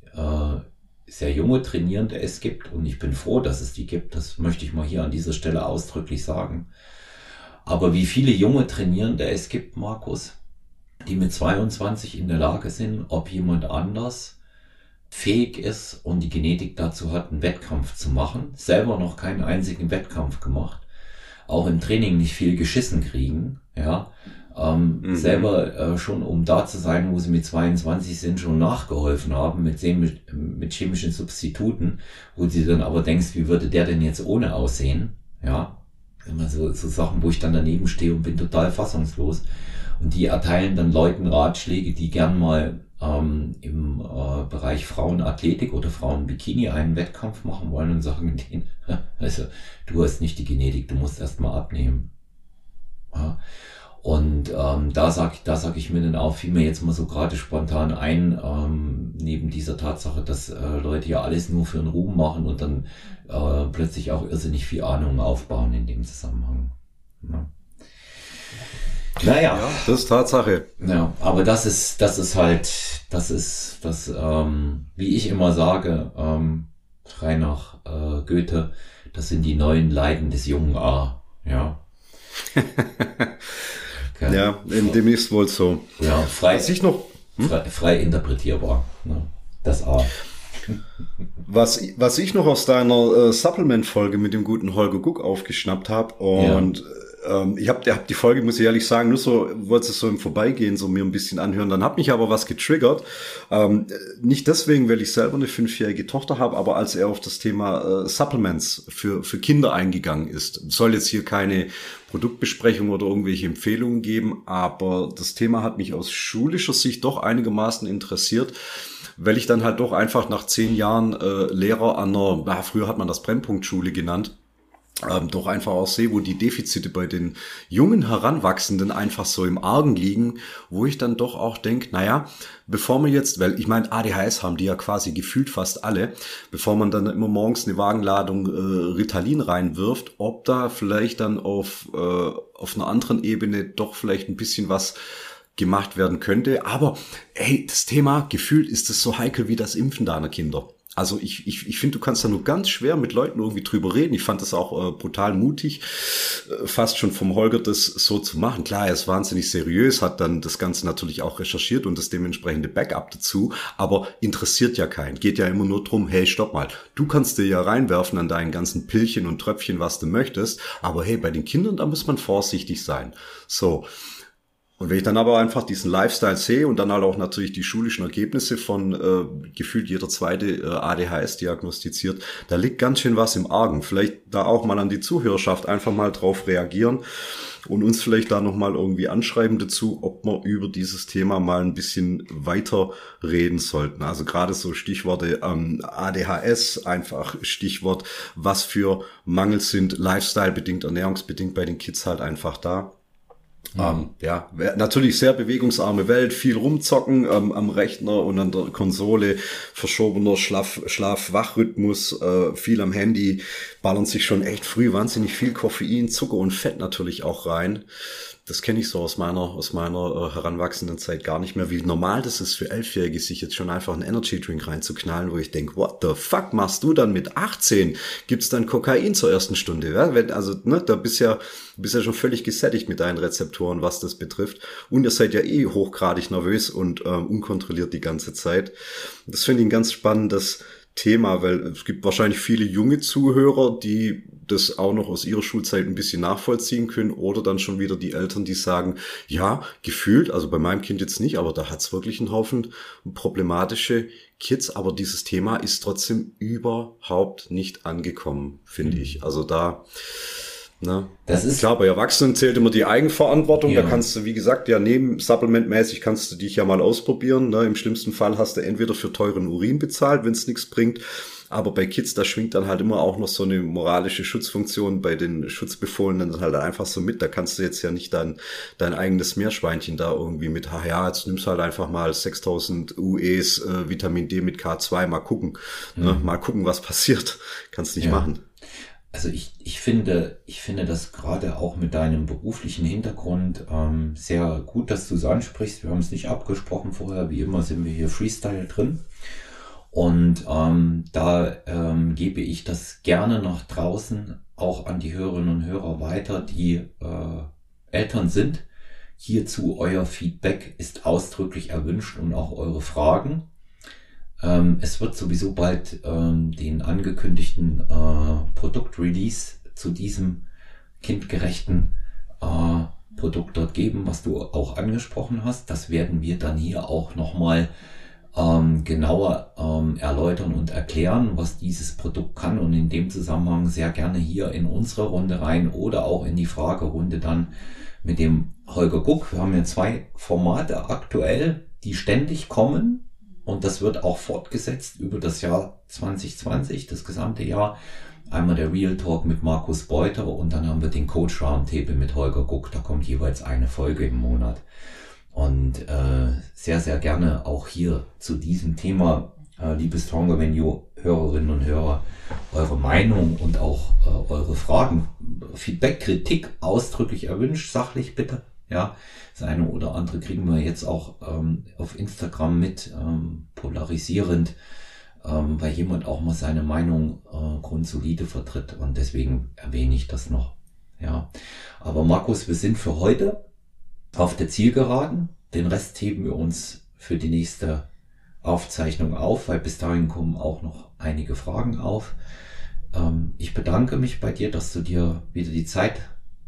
äh, sehr junge Trainierende es gibt. Und ich bin froh, dass es die gibt. Das möchte ich mal hier an dieser Stelle ausdrücklich sagen. Aber wie viele junge Trainierende es gibt, Markus, die mit zweiundzwanzig in der Lage sind, ob jemand anders fähig ist und die Genetik dazu hat, einen Wettkampf zu machen, selber noch keinen einzigen Wettkampf gemacht, auch im Training nicht viel geschissen kriegen, ja, ähm, mhm. selber äh, schon, um da zu sein, wo sie mit zweiundzwanzig sind, schon nachgeholfen haben mit, mit, mit chemischen Substituten, wo du dann aber denkst, wie würde der denn jetzt ohne aussehen, ja, immer so, so Sachen, wo ich dann daneben stehe und bin total fassungslos. Und die erteilen dann Leuten Ratschläge, die gern mal ähm, im äh, Bereich Frauenathletik oder Frauenbikini einen Wettkampf machen wollen und sagen denen, also du hast nicht die Genetik, du musst erst mal abnehmen. Ja. Und ähm, da sag, da sag ich mir dann auch, fiel mir jetzt mal so gerade spontan ein, ähm, neben dieser Tatsache, dass äh, Leute ja alles nur für den Ruhm machen und dann äh, plötzlich auch irrsinnig viel Ahnung aufbauen in dem Zusammenhang. Ja. Naja. Ja, das ist Tatsache. Ja, aber das ist, das ist halt, das ist, das, ähm, wie ich immer sage, ähm, frei nach äh, Goethe, das sind die neuen Leiden des jungen A. Ja. Okay. Ja, in dem ist wohl so. Ja, frei, was ich noch, hm? frei, frei interpretierbar. Ne? Das A. Was, was ich noch aus deiner äh, Supplement-Folge mit dem guten Holger Guck aufgeschnappt habe und ja. Ähm, ich habe hab die Folge, muss ich ehrlich sagen, nur so, wollte es so im Vorbeigehen so mir ein bisschen anhören. Dann hat mich aber was getriggert. Ähm, nicht deswegen, weil ich selber eine fünfjährige Tochter habe, aber als er auf das Thema äh, Supplements für, für Kinder eingegangen ist. Soll jetzt hier keine Produktbesprechung oder irgendwelche Empfehlungen geben, aber das Thema hat mich aus schulischer Sicht doch einigermaßen interessiert, weil ich dann halt doch einfach nach zehn Jahren äh, Lehrer an einer, na, früher hat man das Brennpunktschule genannt, ähm, doch einfach auch sehe, wo die Defizite bei den jungen Heranwachsenden einfach so im Argen liegen, wo ich dann doch auch denke, naja, bevor man jetzt, weil ich meine, A D H S haben die ja quasi gefühlt fast alle, bevor man dann immer morgens eine Wagenladung äh, Ritalin reinwirft, ob da vielleicht dann auf, äh, auf einer anderen Ebene doch vielleicht ein bisschen was gemacht werden könnte. Aber hey, das Thema, gefühlt ist es so heikel wie das Impfen deiner Kinder. Also ich, ich, ich finde, du kannst da nur ganz schwer mit Leuten irgendwie drüber reden. Ich fand das auch äh, brutal mutig, äh, fast schon vom Holger das so zu machen. Klar, er ist wahnsinnig seriös, hat dann das Ganze natürlich auch recherchiert und das dementsprechende Backup dazu, aber interessiert ja keinen. Geht ja immer nur drum, hey, stopp mal, du kannst dir ja reinwerfen an deinen ganzen Pillchen und Tröpfchen, was du möchtest, aber hey, bei den Kindern, da muss man vorsichtig sein. So. Und wenn ich dann aber einfach diesen Lifestyle sehe und dann halt auch natürlich die schulischen Ergebnisse von äh, gefühlt jeder zweite äh, A D H S diagnostiziert, da liegt ganz schön was im Argen. Vielleicht da auch mal an die Zuhörerschaft einfach mal drauf reagieren und uns vielleicht da nochmal irgendwie anschreiben dazu, ob wir über dieses Thema mal ein bisschen weiter reden sollten. Also gerade so Stichworte ähm, A D H S, einfach Stichwort, was für Mangel sind Lifestyle-bedingt, ernährungsbedingt bei den Kids halt einfach da. Ja. Ähm, ja, natürlich sehr bewegungsarme Welt, viel rumzocken ähm, am Rechner und an der Konsole, verschobener Schlaf, Schlaf-Wach-Rhythmus, äh, viel am Handy, ballern sich schon echt früh wahnsinnig viel Koffein, Zucker und Fett natürlich auch rein. Das kenne ich so aus meiner aus meiner äh, heranwachsenden Zeit gar nicht mehr, wie normal das ist für Elfjährige, sich jetzt schon einfach einen Energy-Drink reinzuknallen, wo ich denke, what the fuck machst du dann mit achtzehn? Gibt's dann Kokain zur ersten Stunde? Ja? Wenn, also ne, da bist ja, bist ja schon völlig gesättigt mit deinen Rezeptoren, was das betrifft. Und ihr seid ja eh hochgradig nervös und ähm, unkontrolliert die ganze Zeit. Das finde ich ein ganz spannendes Thema, weil es gibt wahrscheinlich viele junge Zuhörer, die das auch noch aus ihrer Schulzeit ein bisschen nachvollziehen können oder dann schon wieder die Eltern, die sagen, ja, gefühlt, also bei meinem Kind jetzt nicht, aber da hat's wirklich einen Haufen problematische Kids, aber dieses Thema ist trotzdem überhaupt nicht angekommen, finde mhm. ich. Also da... Ne? Das ist klar, bei Erwachsenen zählt immer die Eigenverantwortung. Ja. Da kannst du, wie gesagt, ja neben supplementmäßig kannst du dich ja mal ausprobieren. Ne? Im schlimmsten Fall hast du entweder für teuren Urin bezahlt, wenn es nichts bringt. Aber bei Kids, da schwingt dann halt immer auch noch so eine moralische Schutzfunktion bei den Schutzbefohlenen halt einfach so mit. Da kannst du jetzt ja nicht dein, dein eigenes Meerschweinchen da irgendwie mit, ach ja, jetzt nimmst du halt einfach mal sechstausend U E's äh, Vitamin D mit K zwei, mal gucken. Mhm. Ne? Mal gucken, was passiert. Kannst nicht ja. machen. Also ich, ich finde, ich finde das gerade auch mit deinem beruflichen Hintergrund ähm, sehr gut, dass du es ansprichst. Wir haben es nicht abgesprochen vorher, wie immer sind wir hier Freestyle drin. Und ähm, da ähm, gebe ich das gerne nach draußen auch an die Hörerinnen und Hörer weiter, die äh, Eltern sind. Hierzu euer Feedback ist ausdrücklich erwünscht und auch eure Fragen. Ähm, es wird sowieso bald ähm, den angekündigten äh, Produktrelease zu diesem kindgerechten äh, Produkt dort geben, was du auch angesprochen hast. Das werden wir dann hier auch nochmal ähm, genauer ähm, erläutern und erklären, was dieses Produkt kann, und in dem Zusammenhang sehr gerne hier in unsere Runde rein oder auch in die Fragerunde dann mit dem Holger Guck. Wir haben ja zwei Formate aktuell, die ständig kommen. Und das wird auch fortgesetzt über das Jahr zwanzig zwanzig, das gesamte Jahr. Einmal der Real Talk mit Markus Beuter und dann haben wir den Coach Roundtable mit Holger Guck. Da kommt jeweils eine Folge im Monat. Und äh, sehr, sehr gerne auch hier zu diesem Thema, äh, liebe Stronger Than You Hörerinnen und Hörer, eure Meinung und auch äh, eure Fragen, Feedback, Kritik ausdrücklich erwünscht, sachlich bitte. Ja, das eine oder andere kriegen wir jetzt auch ähm, auf Instagram mit, ähm, polarisierend, ähm, weil jemand auch mal seine Meinung äh, grundsolide vertritt, und deswegen erwähne ich das noch. Ja, aber Markus, wir sind für heute auf der Zielgeraden. Den Rest heben wir uns für die nächste Aufzeichnung auf, weil bis dahin kommen auch noch einige Fragen auf. Ähm, ich bedanke mich bei dir, dass du dir wieder die Zeit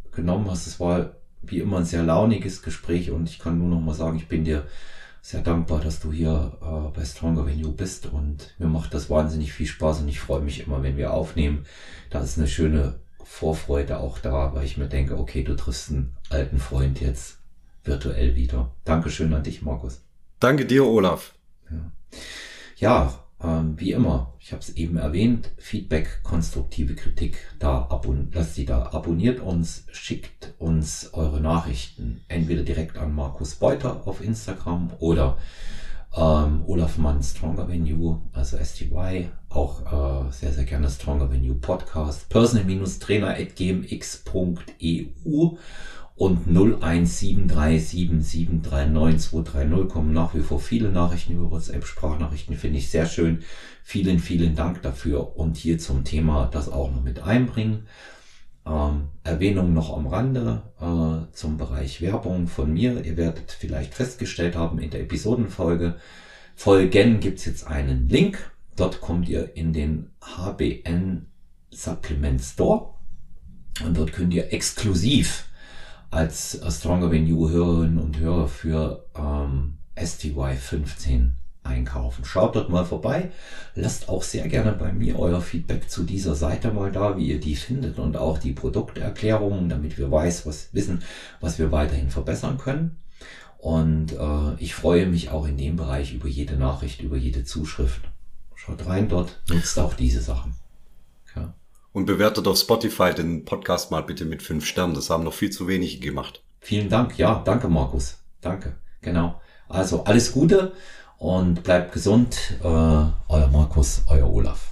genommen hast. Es war wie immer ein sehr launiges Gespräch und ich kann nur noch mal sagen, ich bin dir sehr dankbar, dass du hier äh, bei Stronger Than You bist und mir macht das wahnsinnig viel Spaß und ich freue mich immer, wenn wir aufnehmen. Da ist eine schöne Vorfreude auch da, weil ich mir denke, okay, du triffst einen alten Freund jetzt virtuell wieder. Dankeschön an dich, Markus. Danke dir, Olaf. Ja, ja ähm, wie immer, ich habe es eben erwähnt, Feedback, konstruktive Kritik, da abon- lasst sie da, abonniert uns, schickt uns eure Nachrichten entweder direkt an Markus Beuter auf Instagram oder ähm, Olaf Mann Stronger Than You, also S T Y, auch äh, sehr, sehr gerne Stronger Than You Podcast, personal-trainer at g m x punkt e u und null eins sieben drei sieben sieben drei neun zwei drei null kommen nach wie vor viele Nachrichten über WhatsApp, Sprachnachrichten, finde ich sehr schön. Vielen, vielen Dank dafür und hier zum Thema das auch noch mit einbringen. Ähm, Erwähnung noch am Rande äh, zum Bereich Werbung von mir. Ihr werdet vielleicht festgestellt haben, in der Episodenfolge Folgen gibt es jetzt einen Link. Dort kommt ihr in den H B N Supplement Store und dort könnt ihr exklusiv als Stronger Than You Hörerinnen und Hörer für ähm, S T Y fünfzehn einkaufen. Schaut dort mal vorbei. Lasst auch sehr gerne bei mir euer Feedback zu dieser Seite mal da, wie ihr die findet und auch die Produkterklärungen, damit wir weiß, was, wissen, was wir weiterhin verbessern können. Und äh, ich freue mich auch in dem Bereich über jede Nachricht, über jede Zuschrift. Schaut rein dort, nutzt auch diese Sachen. Ja. Und bewertet auf Spotify den Podcast mal bitte mit fünf Sternen. Das haben noch viel zu wenige gemacht. Vielen Dank. Ja, danke Markus. Danke. Genau. Also alles Gute und bleibt gesund. Äh, euer Markus, euer Olaf.